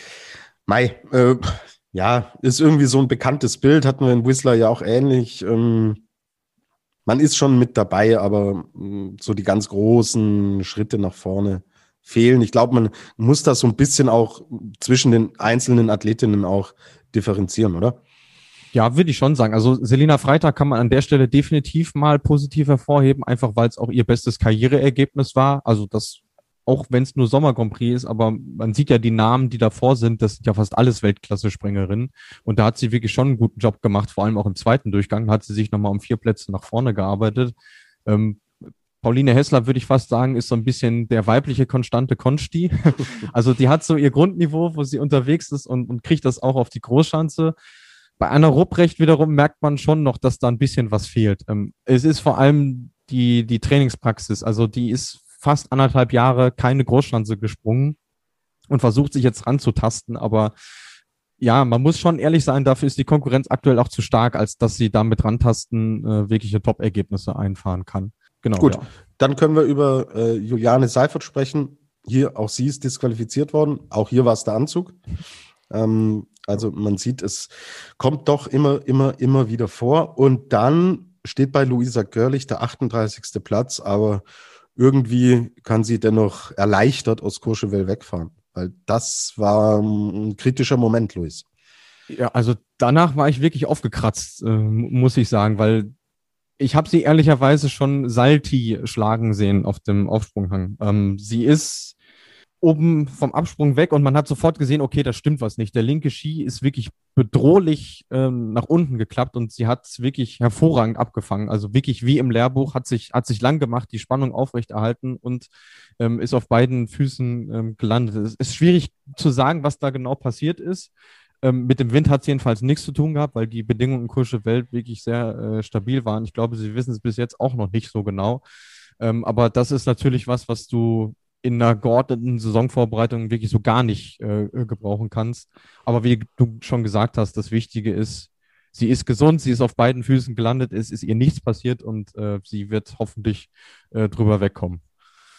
Mai, äh, ja, ist irgendwie so ein bekanntes Bild, hatten wir in Whistler ja auch ähnlich. Ähm, Man ist schon mit dabei, aber so die ganz großen Schritte nach vorne fehlen. Ich glaube, man muss das so ein bisschen auch zwischen den einzelnen Athletinnen auch differenzieren, oder? Ja, würde ich schon sagen. Also Selina Freitag kann man an der Stelle definitiv mal positiv hervorheben, einfach weil es auch ihr bestes Karriereergebnis war. Also das, auch wenn es nur Sommer Grand Prix ist, aber man sieht ja die Namen, die davor sind, das sind ja fast alles Weltklasse-Springerinnen. Und da hat sie wirklich schon einen guten Job gemacht, vor allem auch im zweiten Durchgang hat sie sich nochmal um vier Plätze nach vorne gearbeitet. Ähm, Pauline Hessler, würde ich fast sagen, ist so ein bisschen der weibliche konstante Consti. Also die hat so ihr Grundniveau, wo sie unterwegs ist und, und kriegt das auch auf die Großschanze. Bei Anna Rupprecht wiederum merkt man schon noch, dass da ein bisschen was fehlt. Ähm, es ist vor allem die, die Trainingspraxis, also die ist fast anderthalb Jahre keine Großschanze gesprungen und versucht sich jetzt ranzutasten, aber ja, man muss schon ehrlich sein, dafür ist die Konkurrenz aktuell auch zu stark, als dass sie damit rantasten äh, wirkliche Top-Ergebnisse einfahren kann. Genau. Gut, ja. Dann können wir über äh, Juliane Seifert sprechen. Hier, auch sie ist disqualifiziert worden. Auch hier war es der Anzug. Ähm, also man sieht, es kommt doch immer, immer, immer wieder vor. Und dann steht bei Luisa Görlich der achtunddreißigste Platz, aber irgendwie kann sie dennoch erleichtert aus Courchevel wegfahren. Weil das war ein kritischer Moment, Luis. Ja, also danach war ich wirklich aufgekratzt, äh, muss ich sagen, weil ich habe sie ehrlicherweise schon Salti schlagen sehen auf dem Aufsprunghang. Ähm, sie ist oben vom Absprung weg und man hat sofort gesehen, okay, da stimmt was nicht. Der linke Ski ist wirklich bedrohlich ähm, nach unten geklappt und sie hat es wirklich hervorragend abgefangen. Also wirklich wie im Lehrbuch, hat sich, hat sich lang gemacht, die Spannung aufrechterhalten und ähm, ist auf beiden Füßen ähm, gelandet. Es ist schwierig zu sagen, was da genau passiert ist. Ähm, mit dem Wind hat es jedenfalls nichts zu tun gehabt, weil die Bedingungen in Courchevel wirklich sehr äh, stabil waren. Ich glaube, sie wissen es bis jetzt auch noch nicht so genau. Ähm, aber das ist natürlich was, was du in einer geordneten Saisonvorbereitung wirklich so gar nicht äh, gebrauchen kannst. Aber wie du schon gesagt hast, das Wichtige ist, sie ist gesund, sie ist auf beiden Füßen gelandet, es ist ihr nichts passiert und äh, sie wird hoffentlich äh, drüber wegkommen.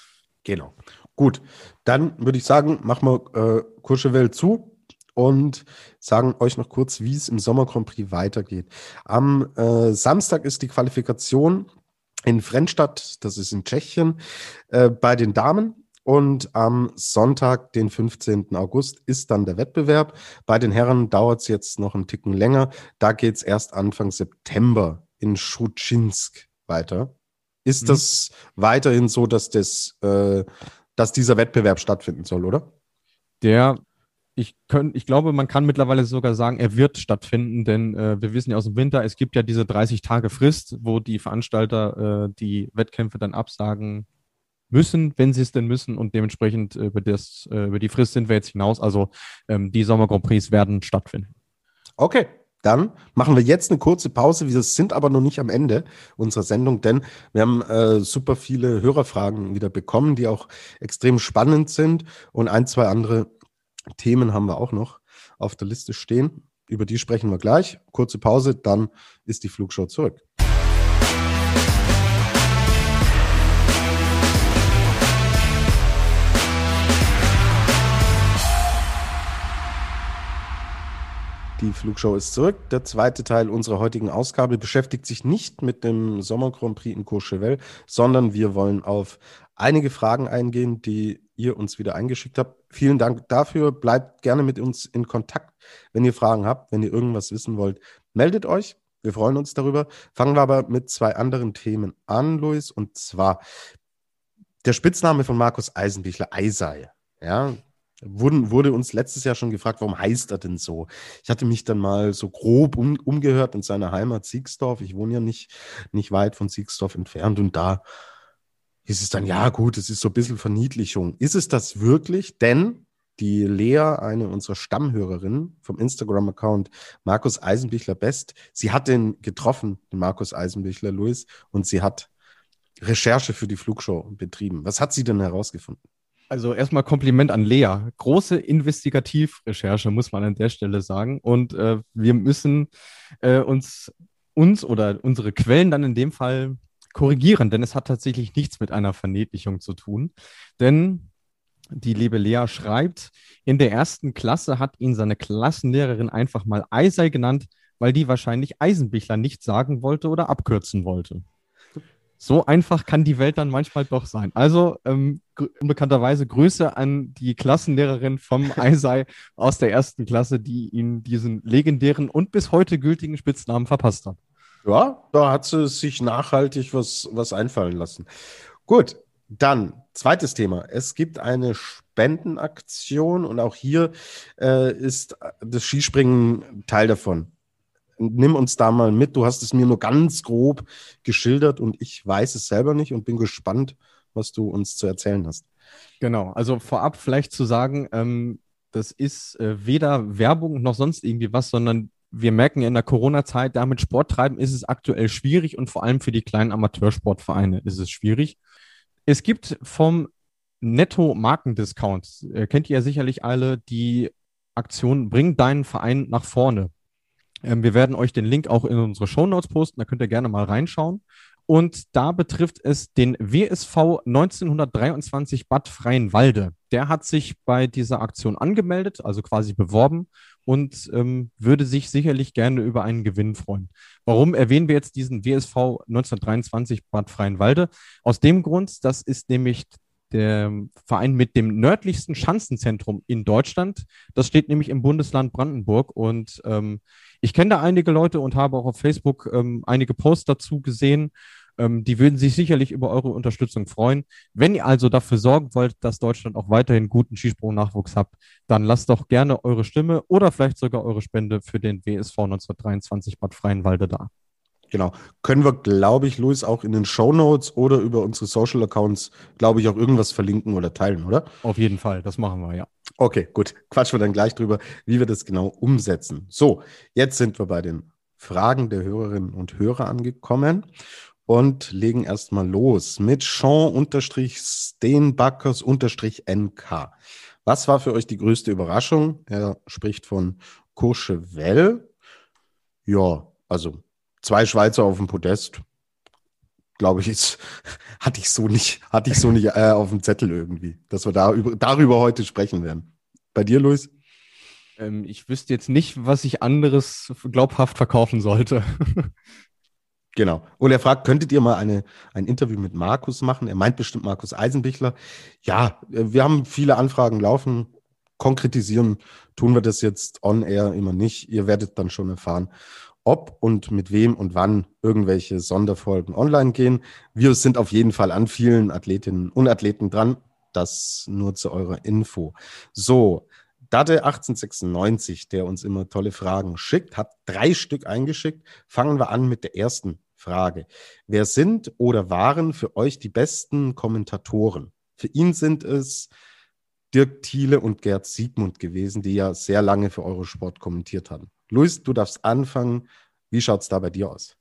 Genau. Gut, dann würde ich sagen, machen wir äh, Courchevel zu und sagen euch noch kurz, wie es im Sommer Grand Prix weitergeht. Am äh, Samstag ist die Qualifikation in Frenstadt, das ist in Tschechien, äh, bei den Damen. Und am Sonntag, den fünfzehnten August, ist dann der Wettbewerb. Bei den Herren dauert es jetzt noch einen Ticken länger. Da geht es erst Anfang September in Schuczynsk weiter. Ist Mhm. das weiterhin so, dass, das, äh, dass dieser Wettbewerb stattfinden soll, oder? Der, ich, könnt, ich glaube, man kann mittlerweile sogar sagen, er wird stattfinden, denn äh, wir wissen ja aus dem Winter, es gibt ja diese dreißig Tage Frist, wo die Veranstalter äh, die Wettkämpfe dann absagen müssen, wenn sie es denn müssen, und dementsprechend äh, über, das, äh, über die Frist sind wir jetzt hinaus. Also ähm, die Sommer Grand Prix werden stattfinden. Okay, dann machen wir jetzt eine kurze Pause. Wir sind aber noch nicht am Ende unserer Sendung, denn wir haben äh, super viele Hörerfragen wieder bekommen, die auch extrem spannend sind, und ein, zwei andere Themen haben wir auch noch auf der Liste stehen. Über die sprechen wir gleich. Kurze Pause, dann ist die Flugshow zurück. Die Flugshow ist zurück. Der zweite Teil unserer heutigen Ausgabe beschäftigt sich nicht mit dem Sommer Grand Prix in Courchevel, sondern wir wollen auf einige Fragen eingehen, die ihr uns wieder eingeschickt habt. Vielen Dank dafür. Bleibt gerne mit uns in Kontakt, wenn ihr Fragen habt, wenn ihr irgendwas wissen wollt. Meldet euch. Wir freuen uns darüber. Fangen wir aber mit zwei anderen Themen an, Luis. Und zwar der Spitzname von Markus Eisenbichler, Eisei. Ja, Wurden, wurde uns letztes Jahr schon gefragt, warum heißt er denn so? Ich hatte mich dann mal so grob um, umgehört in seiner Heimat Siegsdorf. Ich wohne ja nicht, nicht weit von Siegsdorf entfernt, und da hieß es dann, ja gut, es ist so ein bisschen Verniedlichung. Ist es das wirklich? Denn die Lea, eine unserer Stammhörerinnen vom Instagram-Account Markus Eisenbichler Best, sie hat den getroffen, den Markus Eisenbichler, Luis, und sie hat Recherche für die Flugshow betrieben. Was hat sie denn herausgefunden? Also erstmal Kompliment an Lea. Große Investigativrecherche, muss man an der Stelle sagen. Und äh, wir müssen äh, uns, uns oder unsere Quellen dann in dem Fall korrigieren, denn es hat tatsächlich nichts mit einer Verniedlichung zu tun. Denn die liebe Lea schreibt, in der ersten Klasse hat ihn seine Klassenlehrerin einfach mal Eisei genannt, weil die wahrscheinlich Eisenbichler nicht sagen wollte oder abkürzen wollte. So einfach kann die Welt dann manchmal doch sein. Also ähm, gr- unbekannterweise Grüße an die Klassenlehrerin vom Eisei aus der ersten Klasse, die ihn diesen legendären und bis heute gültigen Spitznamen verpasst hat. Ja, da hat sie sich nachhaltig was, was einfallen lassen. Gut, dann zweites Thema. Es gibt eine Spendenaktion, und auch hier äh, ist das Skispringen Teil davon. Nimm uns da mal mit. Du hast es mir nur ganz grob geschildert und ich weiß es selber nicht und bin gespannt, was du uns zu erzählen hast. Genau, also vorab vielleicht zu sagen, ähm, das ist äh, weder Werbung noch sonst irgendwie was, sondern wir merken ja in der Corona-Zeit, damit Sport treiben ist es aktuell schwierig, und vor allem für die kleinen Amateursportvereine ist es schwierig. Es gibt vom Netto-Markendiscount, äh, kennt ihr ja sicherlich alle, die Aktion Bring deinen Verein nach vorne. Ähm, wir werden euch den Link auch in unsere Shownotes posten, da könnt ihr gerne mal reinschauen. Und da betrifft es den W S V neunzehnhundertdreiundzwanzig Bad Freienwalde. Der hat sich bei dieser Aktion angemeldet, also quasi beworben, und ähm, würde sich sicherlich gerne über einen Gewinn freuen. Warum erwähnen wir jetzt diesen W S V neunzehnhundertdreiundzwanzig Bad Freienwalde? Aus dem Grund, das ist nämlich der Verein mit dem nördlichsten Schanzenzentrum in Deutschland. Das steht nämlich im Bundesland Brandenburg, und ähm, ich kenne da einige Leute und habe auch auf Facebook ähm, einige Posts dazu gesehen. Ähm, die würden sich sicherlich über eure Unterstützung freuen. Wenn ihr also dafür sorgen wollt, dass Deutschland auch weiterhin guten Skisprung-Nachwuchs habt, dann lasst doch gerne eure Stimme oder vielleicht sogar eure Spende für den W S V neunzehnhundertdreiundzwanzig Bad Freienwalde da. Genau. Können wir, glaube ich, Luis, auch in den Shownotes oder über unsere Social Accounts, glaube ich, auch irgendwas verlinken oder teilen, oder? Auf jeden Fall, das machen wir, ja. Okay, gut. Quatschen wir dann gleich drüber, wie wir das genau umsetzen. So, jetzt sind wir bei den Fragen der Hörerinnen und Hörer angekommen und legen erstmal los mit Sean-Steenbackers-N K. Was war für euch die größte Überraschung? Er spricht von Courchevel. Ja, also zwei Schweizer auf dem Podest. glaube ich, ist, hatte ich so nicht, hatte ich so nicht äh, auf dem Zettel irgendwie, dass wir da über, darüber heute sprechen werden. Bei dir, Luis? Ähm, ich wüsste jetzt nicht, was ich anderes glaubhaft verkaufen sollte. Genau. Und er fragt, könntet ihr mal eine, ein Interview mit Markus machen? Er meint bestimmt Markus Eisenbichler. Ja, äh, wir haben viele Anfragen laufen. Konkretisieren tun wir das jetzt on air immer nicht. Ihr werdet dann schon erfahren, ob und mit wem und wann irgendwelche Sonderfolgen online gehen. Wir sind auf jeden Fall an vielen Athletinnen und Athleten dran. Das nur zu eurer Info. So, Dade achtzehnhundertsechsundneunzig, der uns immer tolle Fragen schickt, hat drei Stück eingeschickt. Fangen wir an mit der ersten Frage. Wer sind oder waren für euch die besten Kommentatoren? Für ihn sind es Dirk Thiele und Gerd Siegmund gewesen, die ja sehr lange für Eurosport kommentiert haben. Luis, du darfst anfangen. Wie schaut es da bei dir aus?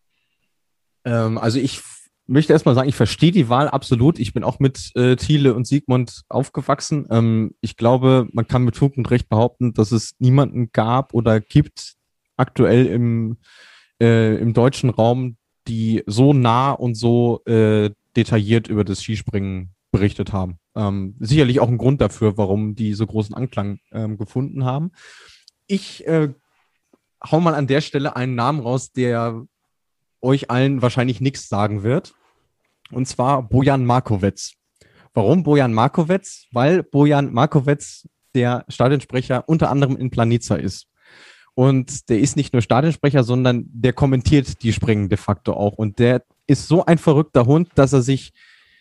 Ähm, also ich f- möchte erstmal sagen, ich verstehe die Wahl absolut. Ich bin auch mit äh, Thiele und Siegmund aufgewachsen. Ähm, ich glaube, man kann mit Fug und Recht behaupten, dass es niemanden gab oder gibt aktuell im, äh, im deutschen Raum, die so nah und so äh, detailliert über das Skispringen berichtet haben. Ähm, sicherlich auch ein Grund dafür, warum die so großen Anklang ähm, gefunden haben. Ich äh, hau mal an der Stelle einen Namen raus, der euch allen wahrscheinlich nichts sagen wird. Und zwar Bojan Markovec. Warum Bojan Markovec? Weil Bojan Markovec der Stadionsprecher unter anderem in Planica ist. Und der ist nicht nur Stadionsprecher, sondern der kommentiert die Springen de facto auch. Und der ist so ein verrückter Hund, dass er sich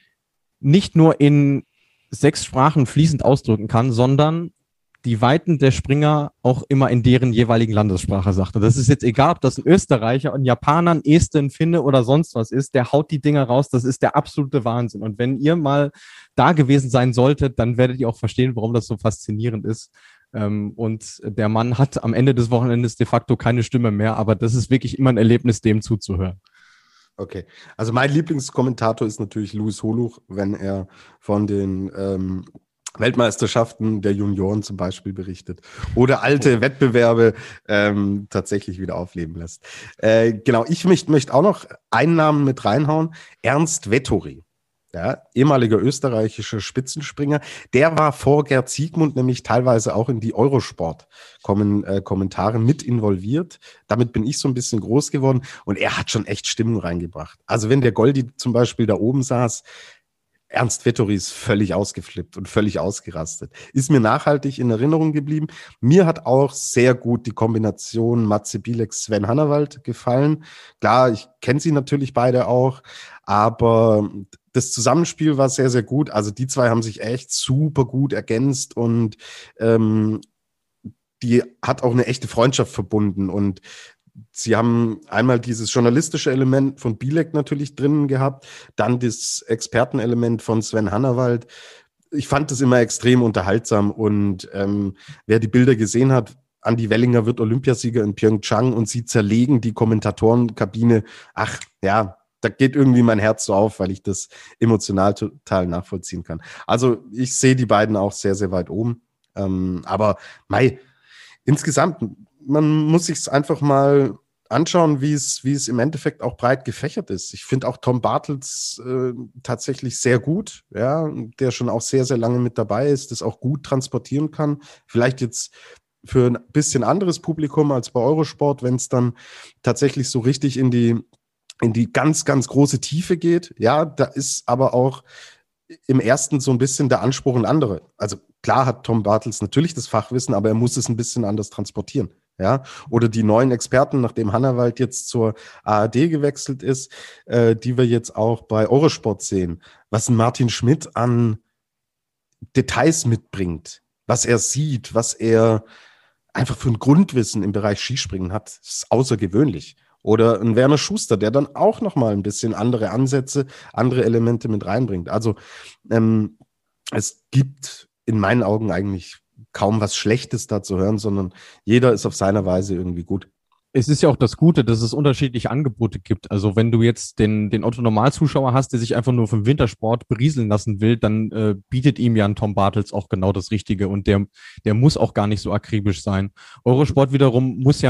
nicht nur in sechs Sprachen fließend ausdrücken kann, sondern die Weiten der Springer auch immer in deren jeweiligen Landessprache sagt. Und das ist jetzt egal, ob das ein Österreicher, ein Japaner, ein Este, ein Finne oder sonst was ist, der haut die Dinger raus, das ist der absolute Wahnsinn. Und wenn ihr mal da gewesen sein solltet, dann werdet ihr auch verstehen, warum das so faszinierend ist. Ähm, und der Mann hat am Ende des Wochenendes de facto keine Stimme mehr, aber das ist wirklich immer ein Erlebnis, dem zuzuhören. Okay, also mein Lieblingskommentator ist natürlich Louis Holuch, wenn er von den ähm, Weltmeisterschaften der Junioren zum Beispiel berichtet oder alte oh. Wettbewerbe ähm, tatsächlich wieder aufleben lässt. Äh, genau, ich möchte möcht auch noch einen Namen mit reinhauen, Ernst Vettori. Ja, ehemaliger österreichischer Spitzenspringer, der war vor Gerd Siegmund nämlich teilweise auch in die Eurosport-Kommentare mit involviert. Damit bin ich so ein bisschen groß geworden und er hat schon echt Stimmung reingebracht. Also wenn der Goldi zum Beispiel da oben saß, Ernst Vettori ist völlig ausgeflippt und völlig ausgerastet. Ist mir nachhaltig in Erinnerung geblieben. Mir hat auch sehr gut die Kombination Matze Bielek, Sven Hannawald gefallen. Klar, ich kenne sie natürlich beide auch, aber das Zusammenspiel war sehr, sehr gut. Also die zwei haben sich echt super gut ergänzt und ähm, die hat auch eine echte Freundschaft verbunden und sie haben einmal dieses journalistische Element von Bielek natürlich drin gehabt, dann das Expertenelement von Sven Hannawald. Ich fand das immer extrem unterhaltsam und ähm, wer die Bilder gesehen hat, Andi Wellinger wird Olympiasieger in Pyeongchang und sie zerlegen die Kommentatorenkabine. Ach ja, da geht irgendwie mein Herz so auf, weil ich das emotional total nachvollziehen kann. Also ich sehe die beiden auch sehr, sehr weit oben. Ähm, aber mei, insgesamt, man muss sich es einfach mal anschauen, wie es, wie es im Endeffekt auch breit gefächert ist. Ich finde auch Tom Bartels äh, tatsächlich sehr gut, ja, der schon auch sehr, sehr lange mit dabei ist, das auch gut transportieren kann. Vielleicht jetzt für ein bisschen anderes Publikum als bei Eurosport, wenn es dann tatsächlich so richtig in die in die ganz, ganz große Tiefe geht. Ja, da ist aber auch im ersten so ein bisschen der Anspruch ein anderer. Also klar hat Tom Bartels natürlich das Fachwissen, aber er muss es ein bisschen anders transportieren. Ja, oder die neuen Experten, nachdem Hannawald jetzt zur A R D gewechselt ist, äh, die wir jetzt auch bei Eurosport sehen, was ein Martin Schmidt an Details mitbringt, was er sieht, was er einfach für ein Grundwissen im Bereich Skispringen hat, ist außergewöhnlich. Oder ein Werner Schuster, der dann auch nochmal ein bisschen andere Ansätze, andere Elemente mit reinbringt. Also ähm, es gibt in meinen Augen eigentlich kaum was Schlechtes da zu hören, sondern jeder ist auf seiner Weise irgendwie gut. Es ist ja auch das Gute, dass es unterschiedliche Angebote gibt. Also wenn du jetzt den, den Otto-Normalzuschauer hast, der sich einfach nur vom Wintersport berieseln lassen will, dann äh, bietet ihm ja ein Tom Bartels auch genau das Richtige und der, der muss auch gar nicht so akribisch sein. Eurosport wiederum muss ja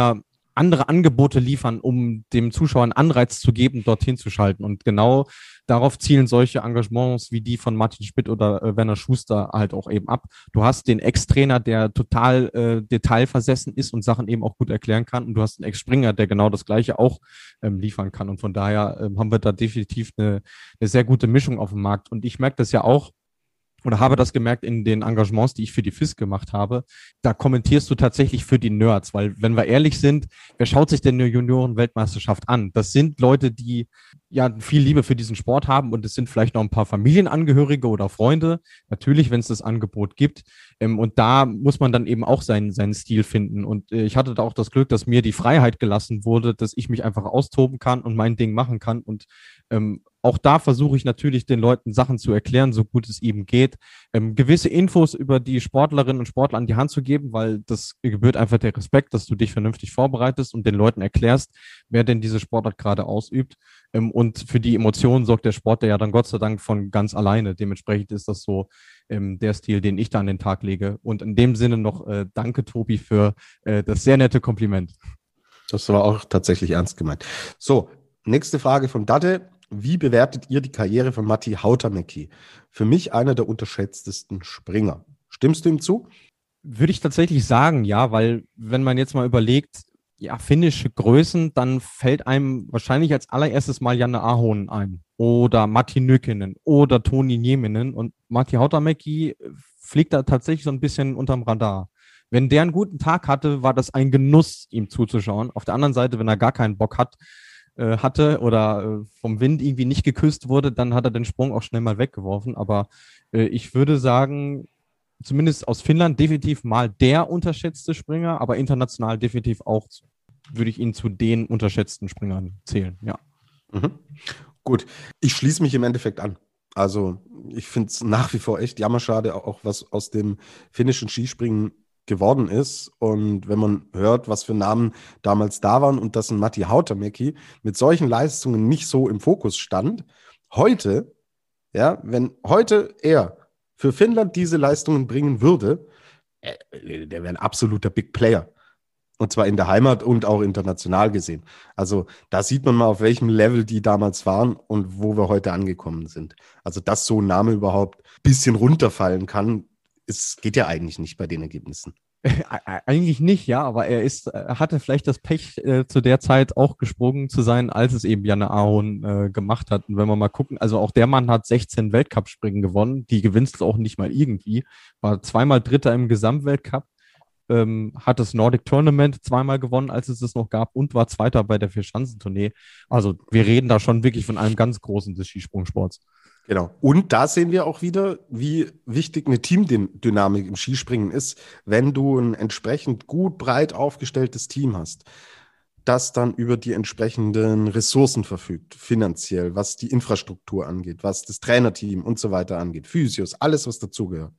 andere Angebote liefern, um dem Zuschauer einen Anreiz zu geben, dorthin zu schalten. Und genau darauf zielen solche Engagements wie die von Martin Schmidt oder äh, Werner Schuster halt auch eben ab. Du hast den Ex-Trainer, der total äh, detailversessen ist und Sachen eben auch gut erklären kann. Und du hast einen Ex-Springer, der genau das Gleiche auch ähm, liefern kann. Und von daher ähm, haben wir da definitiv eine, eine sehr gute Mischung auf dem Markt. Und ich merke das ja auch, oder habe das gemerkt in den Engagements, die ich für die F I S gemacht habe, da kommentierst du tatsächlich für die Nerds, weil wenn wir ehrlich sind, wer schaut sich denn eine Junioren-Weltmeisterschaft an? Das sind Leute, die ja viel Liebe für diesen Sport haben und es sind vielleicht noch ein paar Familienangehörige oder Freunde, natürlich, wenn es das Angebot gibt. Und da muss man dann eben auch seinen, seinen Stil finden. Und ich hatte da auch das Glück, dass mir die Freiheit gelassen wurde, dass ich mich einfach austoben kann und mein Ding machen kann. Und ähm, auch da versuche ich natürlich den Leuten Sachen zu erklären, so gut es eben geht, ähm, gewisse Infos über die Sportlerinnen und Sportler an die Hand zu geben, weil das gebührt einfach der Respekt, dass du dich vernünftig vorbereitest und den Leuten erklärst, wer denn diese Sportart gerade ausübt. Ähm, und für die Emotionen sorgt der Sport ja dann Gott sei Dank von ganz alleine. Dementsprechend ist das so ähm, der Stil, den ich da an den Tag lege. Und in dem Sinne noch äh, danke, Tobi, für äh, das sehr nette Kompliment. Das war auch tatsächlich ernst gemeint. So, nächste Frage von Dade. Wie bewertet ihr die Karriere von Matti Hautamäki? Für mich einer der unterschätztesten Springer. Stimmst du ihm zu? Würde ich tatsächlich sagen, ja, weil wenn man jetzt mal überlegt, ja, finnische Größen, dann fällt einem wahrscheinlich als allererstes mal Janne Ahonen ein oder Matti Nykinen oder Toni Nieminen und Matti Hautamäki fliegt da tatsächlich so ein bisschen unterm Radar. Wenn der einen guten Tag hatte, war das ein Genuss, ihm zuzuschauen. Auf der anderen Seite, wenn er gar keinen Bock hat, hatte oder vom Wind irgendwie nicht geküsst wurde, dann hat er den Sprung auch schnell mal weggeworfen. Aber äh, ich würde sagen, zumindest aus Finnland definitiv mal der unterschätzte Springer, aber international definitiv auch würde ich ihn zu den unterschätzten Springern zählen, ja. Mhm. Gut, ich schließe mich im Endeffekt an. Also ich finde es nach wie vor echt jammerschade, auch was aus dem finnischen Skispringen geworden ist. Und wenn man hört, was für Namen damals da waren und dass ein Matti Hautamäki mit solchen Leistungen nicht so im Fokus stand, heute, ja, wenn heute er für Finnland diese Leistungen bringen würde, äh, der wäre ein absoluter Big Player. Und zwar in der Heimat und auch international gesehen. Also da sieht man mal, auf welchem Level die damals waren und wo wir heute angekommen sind. Also dass so ein Name überhaupt ein bisschen runterfallen kann, es geht ja eigentlich nicht bei den Ergebnissen. Eigentlich nicht, ja, aber er ist, hatte vielleicht das Pech, äh, zu der Zeit auch gesprungen zu sein, als es eben Janne Ahonen äh, gemacht hat. Und wenn wir mal gucken, also auch der Mann hat sechzehn Weltcup-Springen gewonnen, die gewinnst du auch nicht mal irgendwie, war zweimal Dritter im Gesamtweltcup, ähm, hat das Nordic Tournament zweimal gewonnen, als es es noch gab und war Zweiter bei der Vierschanzentournee. Also wir reden da schon wirklich von einem ganz Großen des Skisprungsports. Genau. Und da sehen wir auch wieder, wie wichtig eine Teamdynamik im Skispringen ist, wenn du ein entsprechend gut breit aufgestelltes Team hast, das dann über die entsprechenden Ressourcen verfügt, finanziell, was die Infrastruktur angeht, was das Trainerteam und so weiter angeht, Physios, alles, was dazugehört.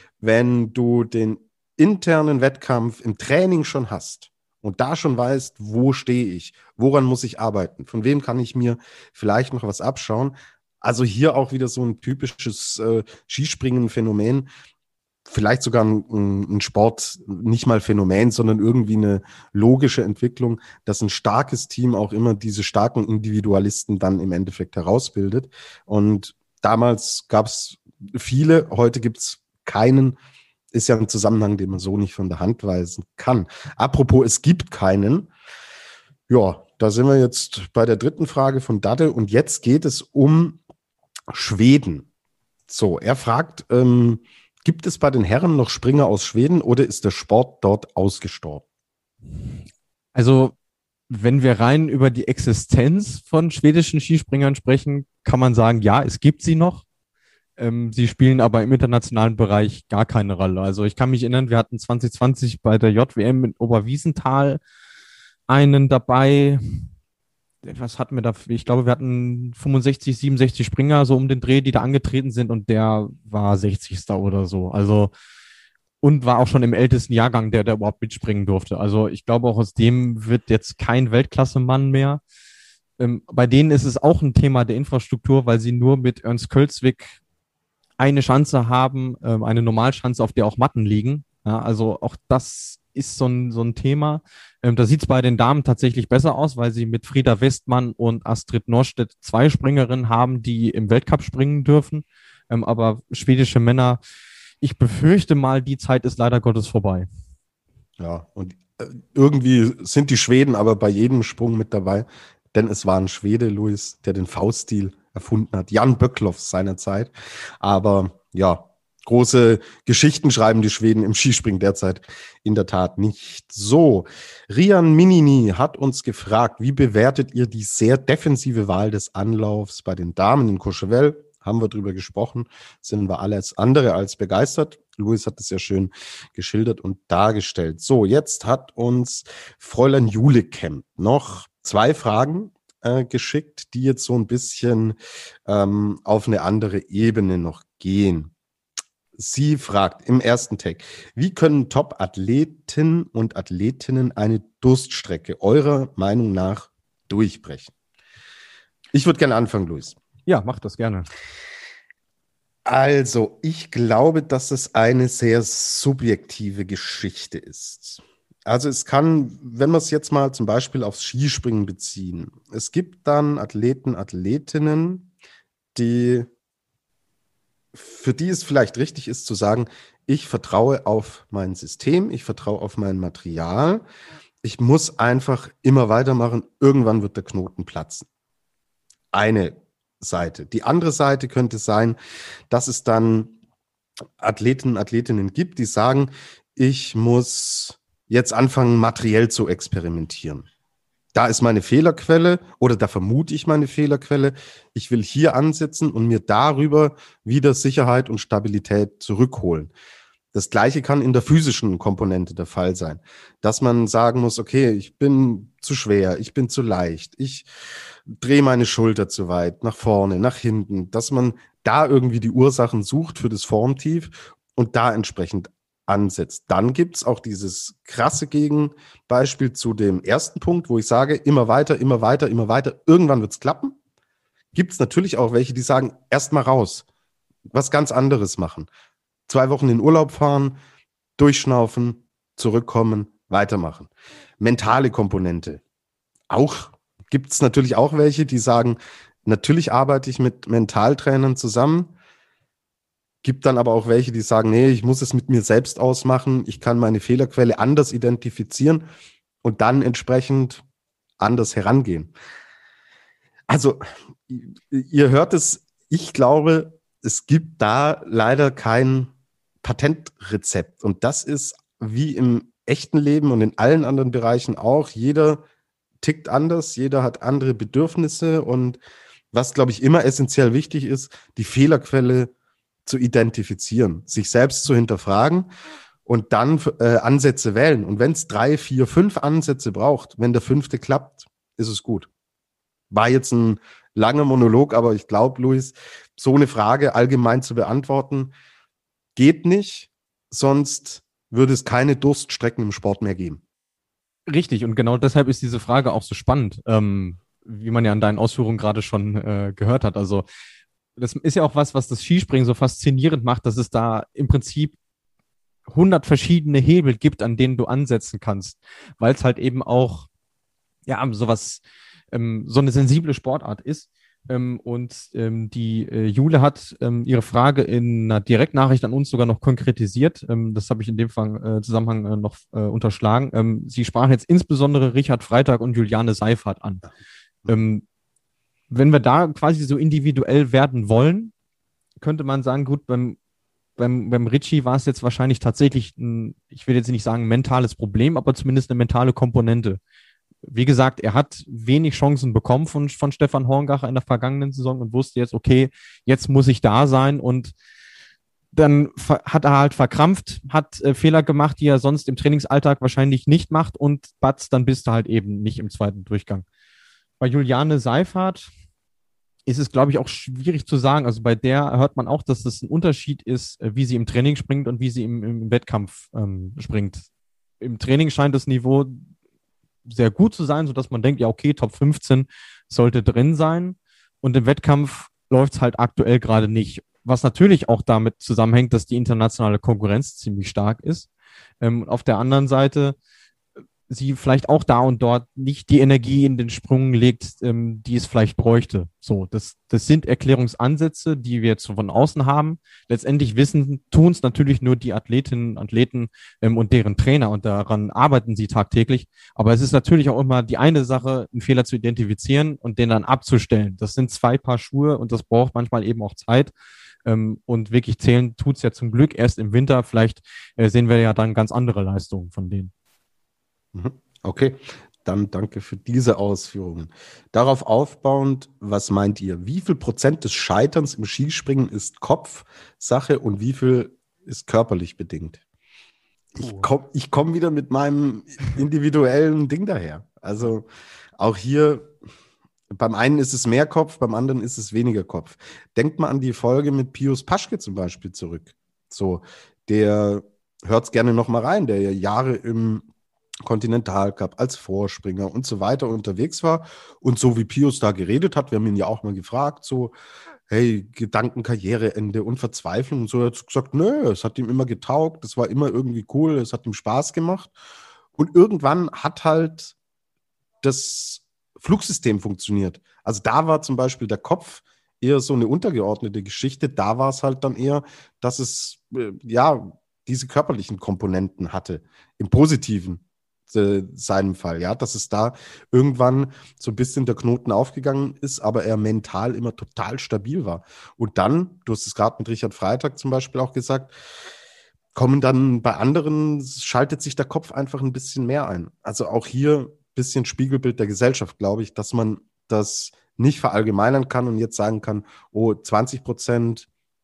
Wenn du den internen Wettkampf im Training schon hast und da schon weißt, wo stehe ich, woran muss ich arbeiten, von wem kann ich mir vielleicht noch was abschauen. Also hier auch wieder so ein typisches äh, Skispringen-Phänomen, vielleicht sogar ein, ein Sport, nicht mal Phänomen, sondern irgendwie eine logische Entwicklung, dass ein starkes Team auch immer diese starken Individualisten dann im Endeffekt herausbildet. Und damals gab es viele, heute gibt es keinen, ist ja ein Zusammenhang, den man so nicht von der Hand weisen kann. Apropos, es gibt keinen, ja, da sind wir jetzt bei der dritten Frage von Dade und jetzt geht es um Schweden. So, er fragt, ähm, gibt es bei den Herren noch Springer aus Schweden oder ist der Sport dort ausgestorben? Also, wenn wir rein über die Existenz von schwedischen Skispringern sprechen, kann man sagen, ja, es gibt sie noch. Ähm, sie spielen aber im internationalen Bereich gar keine Rolle. Also ich kann mich erinnern, wir hatten zwanzig zwanzig bei der J W M in Oberwiesenthal einen dabei. Was hatten wir da? Ich glaube, wir hatten fünfundsechzig, siebenundsechzig Springer so um den Dreh, die da angetreten sind und der war sechzigster oder so. Also und war auch schon im ältesten Jahrgang, der da überhaupt mitspringen durfte. Also ich glaube, auch aus dem wird jetzt kein Weltklasse-Mann mehr. Ähm, bei denen ist es auch ein Thema der Infrastruktur, weil sie nur mit Ernst Kölzwick eine Schanze haben, ähm, eine Normalschanze, auf der auch Matten liegen. Ja, also auch das ist so ein, so ein Thema. Ähm, da sieht es bei den Damen tatsächlich besser aus, weil sie mit Frieda Westmann und Astrid Norstedt zwei Springerinnen haben, die im Weltcup springen dürfen. Ähm, aber schwedische Männer, ich befürchte mal, die Zeit ist leider Gottes vorbei. Ja, und äh, irgendwie sind die Schweden aber bei jedem Sprung mit dabei, denn es war ein Schwede, Luis, der den V-Stil erfunden hat. Jan Böckloff seinerzeit. Aber ja, große Geschichten schreiben die Schweden im Skispringen derzeit in der Tat nicht. So, Rian Minini hat uns gefragt, wie bewertet ihr die sehr defensive Wahl des Anlaufs bei den Damen in Courchevel? Haben wir drüber gesprochen, sind wir alles andere als begeistert. Luis hat es ja schön geschildert und dargestellt. So, jetzt hat uns Fräulein Julekemp noch zwei Fragen äh, geschickt, die jetzt so ein bisschen ähm, auf eine andere Ebene noch gehen. Sie fragt im ersten Tag, wie können Top-Athleten und Athletinnen eine Durststrecke eurer Meinung nach durchbrechen? Ich würde gerne anfangen, Luis. Ja, mach das gerne. Also, ich glaube, dass es eine sehr subjektive Geschichte ist. Also es kann, wenn wir es jetzt mal zum Beispiel aufs Skispringen beziehen, es gibt dann Athleten, Athletinnen, die, für die es vielleicht richtig ist zu sagen, ich vertraue auf mein System, ich vertraue auf mein Material, ich muss einfach immer weitermachen, irgendwann wird der Knoten platzen. Eine Seite. Die andere Seite könnte sein, dass es dann Athleten, Athletinnen gibt, die sagen, ich muss jetzt anfangen, materiell zu experimentieren. Da ist meine Fehlerquelle oder da vermute ich meine Fehlerquelle. Ich will hier ansetzen und mir darüber wieder Sicherheit und Stabilität zurückholen. Das Gleiche kann in der physischen Komponente der Fall sein, dass man sagen muss, okay, ich bin zu schwer, ich bin zu leicht, ich drehe meine Schulter zu weit, nach vorne, nach hinten, dass man da irgendwie die Ursachen sucht für das Formtief und da entsprechend ansetzt. Dann gibt es auch dieses krasse Gegenbeispiel zu dem ersten Punkt, wo ich sage, immer weiter, immer weiter, immer weiter, irgendwann wird es klappen. Gibt es natürlich auch welche, die sagen, erst mal raus, was ganz anderes machen. Zwei Wochen in Urlaub fahren, durchschnaufen, zurückkommen, weitermachen. Mentale Komponente. Auch gibt es natürlich auch welche, die sagen, natürlich arbeite ich mit Mentaltrainern zusammen. Gibt dann aber auch welche, die sagen, nee, ich muss es mit mir selbst ausmachen. Ich kann meine Fehlerquelle anders identifizieren und dann entsprechend anders herangehen. Also, ihr hört es, ich glaube, es gibt da leider kein Patentrezept. Und das ist wie im echten Leben und in allen anderen Bereichen auch. Jeder tickt anders, jeder hat andere Bedürfnisse. Und was, glaube ich, immer essentiell wichtig ist, die Fehlerquelle zu identifizieren, sich selbst zu hinterfragen und dann äh, Ansätze wählen. Und wenn es drei, vier, fünf Ansätze braucht, wenn der fünfte klappt, ist es gut. War jetzt ein langer Monolog, aber ich glaube, Luis, so eine Frage allgemein zu beantworten, geht nicht, sonst würde es keine Durststrecken im Sport mehr geben. Richtig, und genau deshalb ist diese Frage auch so spannend, ähm, wie man ja an deinen Ausführungen gerade schon äh, gehört hat. Also das ist ja auch was, was das Skispringen so faszinierend macht, dass es da im Prinzip hundert verschiedene Hebel gibt, an denen du ansetzen kannst, weil es halt eben auch ja sowas, ähm, so eine sensible Sportart ist. Ähm, und ähm, die äh, Jule hat ähm, ihre Frage in einer Direktnachricht an uns sogar noch konkretisiert. Ähm, das habe ich in dem Fall, äh, Zusammenhang äh, noch äh, unterschlagen. Ähm, sie sprach jetzt insbesondere Richard Freitag und Juliane Seiffert an. Ähm, wenn wir da quasi so individuell werden wollen, könnte man sagen, gut, beim, beim, beim Richie war es jetzt wahrscheinlich tatsächlich ein, ich will jetzt nicht sagen ein mentales Problem, aber zumindest eine mentale Komponente. Wie gesagt, er hat wenig Chancen bekommen von, von Stefan Horngacher in der vergangenen Saison und wusste jetzt, okay, jetzt muss ich da sein, und dann hat er halt verkrampft, hat äh, Fehler gemacht, die er sonst im Trainingsalltag wahrscheinlich nicht macht, und batz, dann bist du halt eben nicht im zweiten Durchgang. Bei Juliane Seiffert ist es, glaube ich, auch schwierig zu sagen. Also bei der hört man auch, dass das ein Unterschied ist, wie sie im Training springt und wie sie im, im Wettkampf ähm, springt. Im Training scheint das Niveau sehr gut zu sein, sodass man denkt, ja okay, Top fünfzehn sollte drin sein. Und im Wettkampf läuft es halt aktuell gerade nicht. Was natürlich auch damit zusammenhängt, dass die internationale Konkurrenz ziemlich stark ist. Ähm, auf der anderen Seite sie vielleicht auch da und dort nicht die Energie in den Sprung legt, ähm, die es vielleicht bräuchte. So, das, das sind Erklärungsansätze, die wir jetzt so von außen haben. Letztendlich wissen, tun es natürlich nur die Athletinnen und Athleten ähm, und deren Trainer und daran arbeiten sie tagtäglich. Aber es ist natürlich auch immer die eine Sache, einen Fehler zu identifizieren und den dann abzustellen. Das sind zwei Paar Schuhe und das braucht manchmal eben auch Zeit. Ähm, und wirklich zählen tut es ja zum Glück erst im Winter. Vielleicht äh, sehen wir ja dann ganz andere Leistungen von denen. Okay, dann danke für diese Ausführungen. Darauf aufbauend, was meint ihr? Wie viel Prozent des Scheiterns im Skispringen ist Kopfsache und wie viel ist körperlich bedingt? Ich komme ich komm wieder mit meinem individuellen Ding daher. Also auch hier, beim einen ist es mehr Kopf, beim anderen ist es weniger Kopf. Denkt mal an die Folge mit Pius Paschke zum Beispiel zurück. So, der hört es gerne nochmal rein, der ja Jahre im Kontinentalcup als Vorspringer und so weiter unterwegs war. Und so wie Pius da geredet hat, wir haben ihn ja auch mal gefragt, so, hey, Gedanken, Karriereende und Verzweiflung und so. Er hat gesagt, nö, es hat ihm immer getaugt, es war immer irgendwie cool, es hat ihm Spaß gemacht. Und irgendwann hat halt das Flugsystem funktioniert. Also da war zum Beispiel der Kopf eher so eine untergeordnete Geschichte. Da war es halt dann eher, dass es, äh, ja, diese körperlichen Komponenten hatte, im Positiven seinem Fall, ja, dass es da irgendwann so ein bisschen der Knoten aufgegangen ist, aber er mental immer total stabil war. Und dann, du hast es gerade mit Richard Freitag zum Beispiel auch gesagt, kommen dann bei anderen, schaltet sich der Kopf einfach ein bisschen mehr ein. Also auch hier ein bisschen Spiegelbild der Gesellschaft, glaube ich, dass man das nicht verallgemeinern kann und jetzt sagen kann, oh, zwanzig Prozent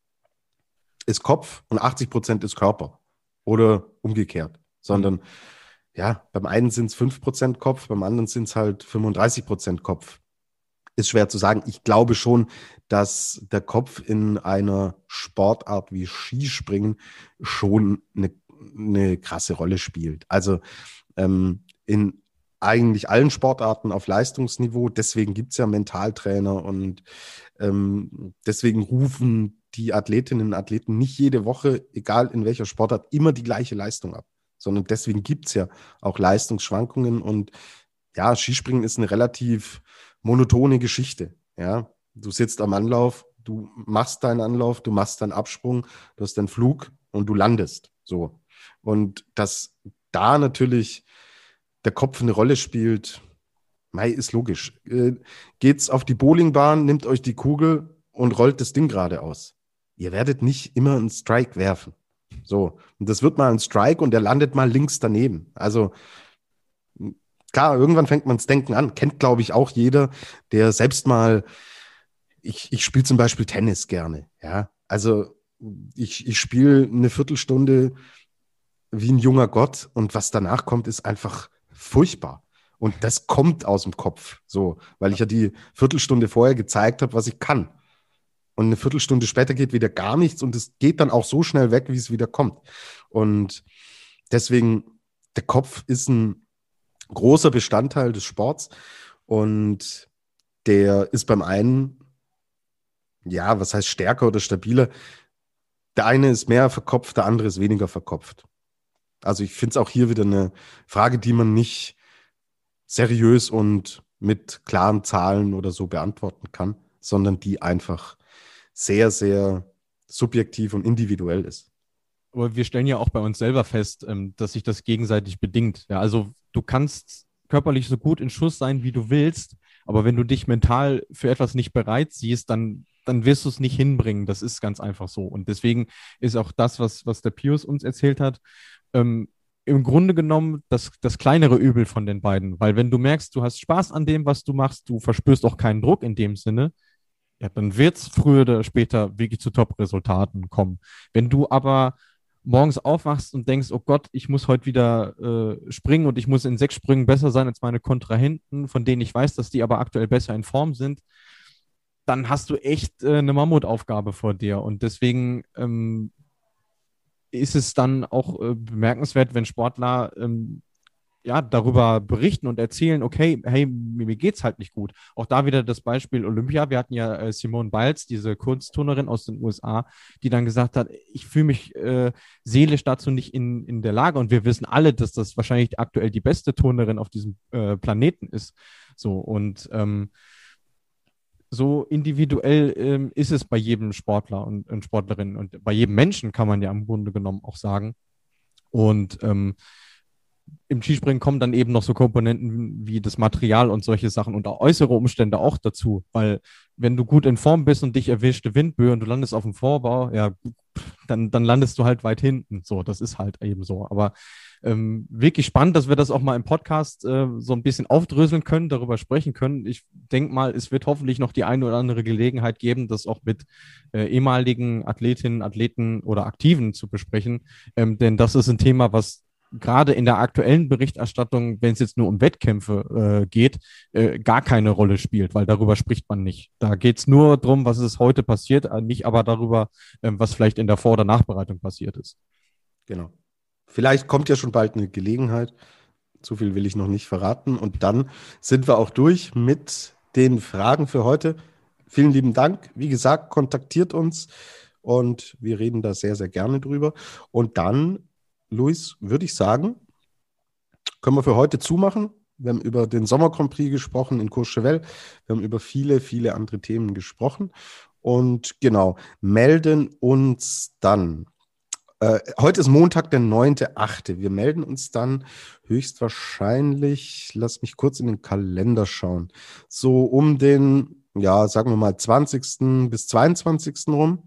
ist Kopf und achtzig Prozent ist Körper oder umgekehrt, sondern mhm. ja, beim einen sind es fünf Prozent Kopf, beim anderen sind es halt fünfunddreißig Prozent Kopf. Ist schwer zu sagen. Ich glaube schon, dass der Kopf in einer Sportart wie Skispringen schon eine, eine krasse Rolle spielt. Also ähm, in eigentlich allen Sportarten auf Leistungsniveau. Deswegen gibt es ja Mentaltrainer und ähm, deswegen rufen die Athletinnen und Athleten nicht jede Woche, egal in welcher Sportart, immer die gleiche Leistung ab. Sondern deswegen gibt es ja auch Leistungsschwankungen und ja, Skispringen ist eine relativ monotone Geschichte. Ja, du sitzt am Anlauf, du machst deinen Anlauf, du machst deinen Absprung, du hast deinen Flug und du landest. So. Und dass da natürlich der Kopf eine Rolle spielt, mei, ist logisch. Äh, geht's auf die Bowlingbahn, nimmt euch die Kugel und rollt das Ding geradeaus. Ihr werdet nicht immer einen Strike werfen. So, und das wird mal ein Strike und der landet mal links daneben. Also klar, irgendwann fängt man das Denken an. Kennt, glaube ich, auch jeder, der selbst mal, ich, ich spiele zum Beispiel Tennis gerne. Ja, also ich, ich spiele eine Viertelstunde wie ein junger Gott und was danach kommt, ist einfach furchtbar. Und das kommt aus dem Kopf, so, weil ich ja die Viertelstunde vorher gezeigt habe, was ich kann. Und eine Viertelstunde später geht wieder gar nichts und es geht dann auch so schnell weg, wie es wieder kommt. Und deswegen, der Kopf ist ein großer Bestandteil des Sports und der ist beim einen, ja, was heißt stärker oder stabiler? Der eine ist mehr verkopft, der andere ist weniger verkopft. Also ich finde es auch hier wieder eine Frage, die man nicht seriös und mit klaren Zahlen oder so beantworten kann, sondern die einfach sehr, sehr subjektiv und individuell ist. Aber wir stellen ja auch bei uns selber fest, ähm, dass sich das gegenseitig bedingt. Ja, also du kannst körperlich so gut in Schuss sein, wie du willst, aber wenn du dich mental für etwas nicht bereit siehst, dann, dann wirst du es nicht hinbringen. Das ist ganz einfach so. Und deswegen ist auch das, was, was der Pius uns erzählt hat, ähm, im Grunde genommen das, das kleinere Übel von den beiden. Weil wenn du merkst, du hast Spaß an dem, was du machst, du verspürst auch keinen Druck in dem Sinne, ja, dann wird es früher oder später wirklich zu Top-Resultaten kommen. Wenn du aber morgens aufwachst und denkst, oh Gott, ich muss heute wieder äh, springen und ich muss in sechs Sprüngen besser sein als meine Kontrahenten, von denen ich weiß, dass die aber aktuell besser in Form sind, dann hast du echt äh, eine Mammutaufgabe vor dir. Und deswegen ähm, ist es dann auch äh, bemerkenswert, wenn Sportler ähm, ja, darüber berichten und erzählen, okay, hey, mir, mir geht's halt nicht gut. Auch da wieder das Beispiel Olympia. Wir hatten ja äh, Simone Biles, diese Kunstturnerin aus den U S A, die dann gesagt hat, ich fühle mich äh, seelisch dazu nicht in, in der Lage. Und wir wissen alle, dass das wahrscheinlich aktuell die beste Turnerin auf diesem äh, Planeten ist. So, und ähm, so individuell ähm, ist es bei jedem Sportler und, und Sportlerin und bei jedem Menschen, kann man ja im Grunde genommen auch sagen. Und ähm, im Skispringen kommen dann eben noch so Komponenten wie das Material und solche Sachen und auch äußere Umstände auch dazu, weil wenn du gut in Form bist und dich erwischt eine Windböe und du landest auf dem Vorbau, ja, dann, dann landest du halt weit hinten. So, das ist halt eben so. Aber ähm, wirklich spannend, dass wir das auch mal im Podcast äh, so ein bisschen aufdröseln können, darüber sprechen können. Ich denke mal, es wird hoffentlich noch die eine oder andere Gelegenheit geben, das auch mit äh, ehemaligen Athletinnen, Athleten oder Aktiven zu besprechen, ähm, denn das ist ein Thema, was gerade in der aktuellen Berichterstattung, wenn es jetzt nur um Wettkämpfe äh, geht, äh, gar keine Rolle spielt, weil darüber spricht man nicht. Da geht es nur darum, was ist heute passiert, nicht aber darüber, ähm, was vielleicht in der Vor- oder Nachbereitung passiert ist. Genau. Vielleicht kommt ja schon bald eine Gelegenheit. Zu viel will ich noch nicht verraten. Und dann sind wir auch durch mit den Fragen für heute. Vielen lieben Dank. Wie gesagt, kontaktiert uns und wir reden da sehr, sehr gerne drüber. Und dann, Luis, würde ich sagen, können wir für heute zumachen. Wir haben über den Sommer Grand Prix gesprochen in Courchevel. Wir haben über viele, viele andere Themen gesprochen. Und genau, melden uns dann. Äh, heute ist Montag, der neunter achte Wir melden uns dann höchstwahrscheinlich, lass mich kurz in den Kalender schauen, so um den, ja, sagen wir mal zwanzigsten bis zweiundzwanzigsten rum.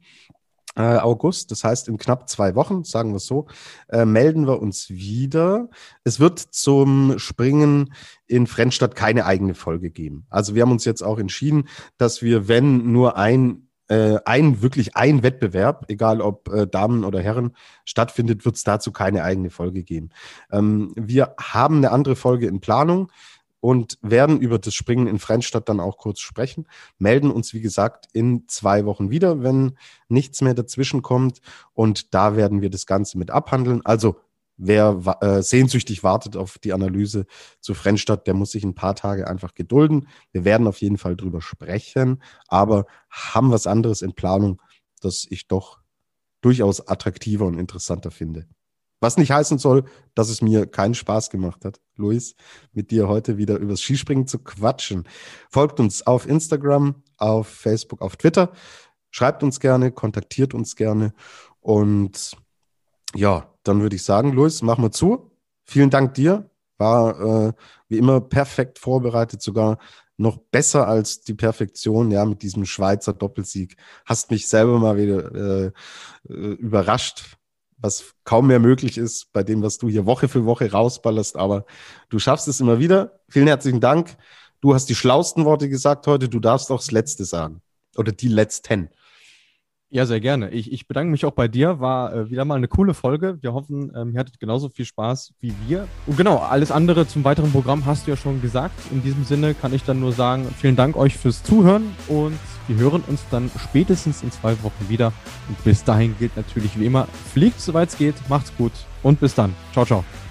August, das heißt in knapp zwei Wochen, sagen wir es so, äh, melden wir uns wieder. Es wird zum Springen in Frennstadt keine eigene Folge geben. Also wir haben uns jetzt auch entschieden, dass wir, wenn nur ein, äh, ein wirklich ein Wettbewerb, egal ob äh, Damen oder Herren, stattfindet, wird es dazu keine eigene Folge geben. Ähm, wir haben eine andere Folge in Planung und werden über das Springen in Frennstadt dann auch kurz sprechen. Melden uns, wie gesagt, in zwei Wochen wieder, wenn nichts mehr dazwischen kommt. Und da werden wir das Ganze mit abhandeln. Also wer äh, sehnsüchtig wartet auf die Analyse zu Frennstadt, der muss sich ein paar Tage einfach gedulden. Wir werden auf jeden Fall drüber sprechen, aber haben was anderes in Planung, das ich doch durchaus attraktiver und interessanter finde. Was nicht heißen soll, dass es mir keinen Spaß gemacht hat, Luis, mit dir heute wieder übers Skispringen zu quatschen. Folgt uns auf Instagram, auf Facebook, auf Twitter. Schreibt uns gerne, kontaktiert uns gerne. Und ja, dann würde ich sagen, Luis, machen wir zu. Vielen Dank dir. War äh, wie immer perfekt vorbereitet, sogar noch besser als die Perfektion, ja, mit diesem Schweizer Doppelsieg. Hast mich selber mal wieder äh, überrascht, was kaum mehr möglich ist bei dem, was du hier Woche für Woche rausballerst, aber du schaffst es immer wieder. Vielen herzlichen Dank. Du hast die schlauesten Worte gesagt heute, du darfst auch das Letzte sagen. Oder die Letzten. Ja, sehr gerne. Ich, ich bedanke mich auch bei dir. War äh, wieder mal eine coole Folge. Wir hoffen, ähm, ihr hattet genauso viel Spaß wie wir. Und genau, alles andere zum weiteren Programm hast du ja schon gesagt. In diesem Sinne kann ich dann nur sagen, vielen Dank euch fürs Zuhören und wir hören uns dann spätestens in zwei Wochen wieder. Und bis dahin gilt natürlich wie immer, fliegt soweit es geht, macht's gut und bis dann. Ciao, ciao.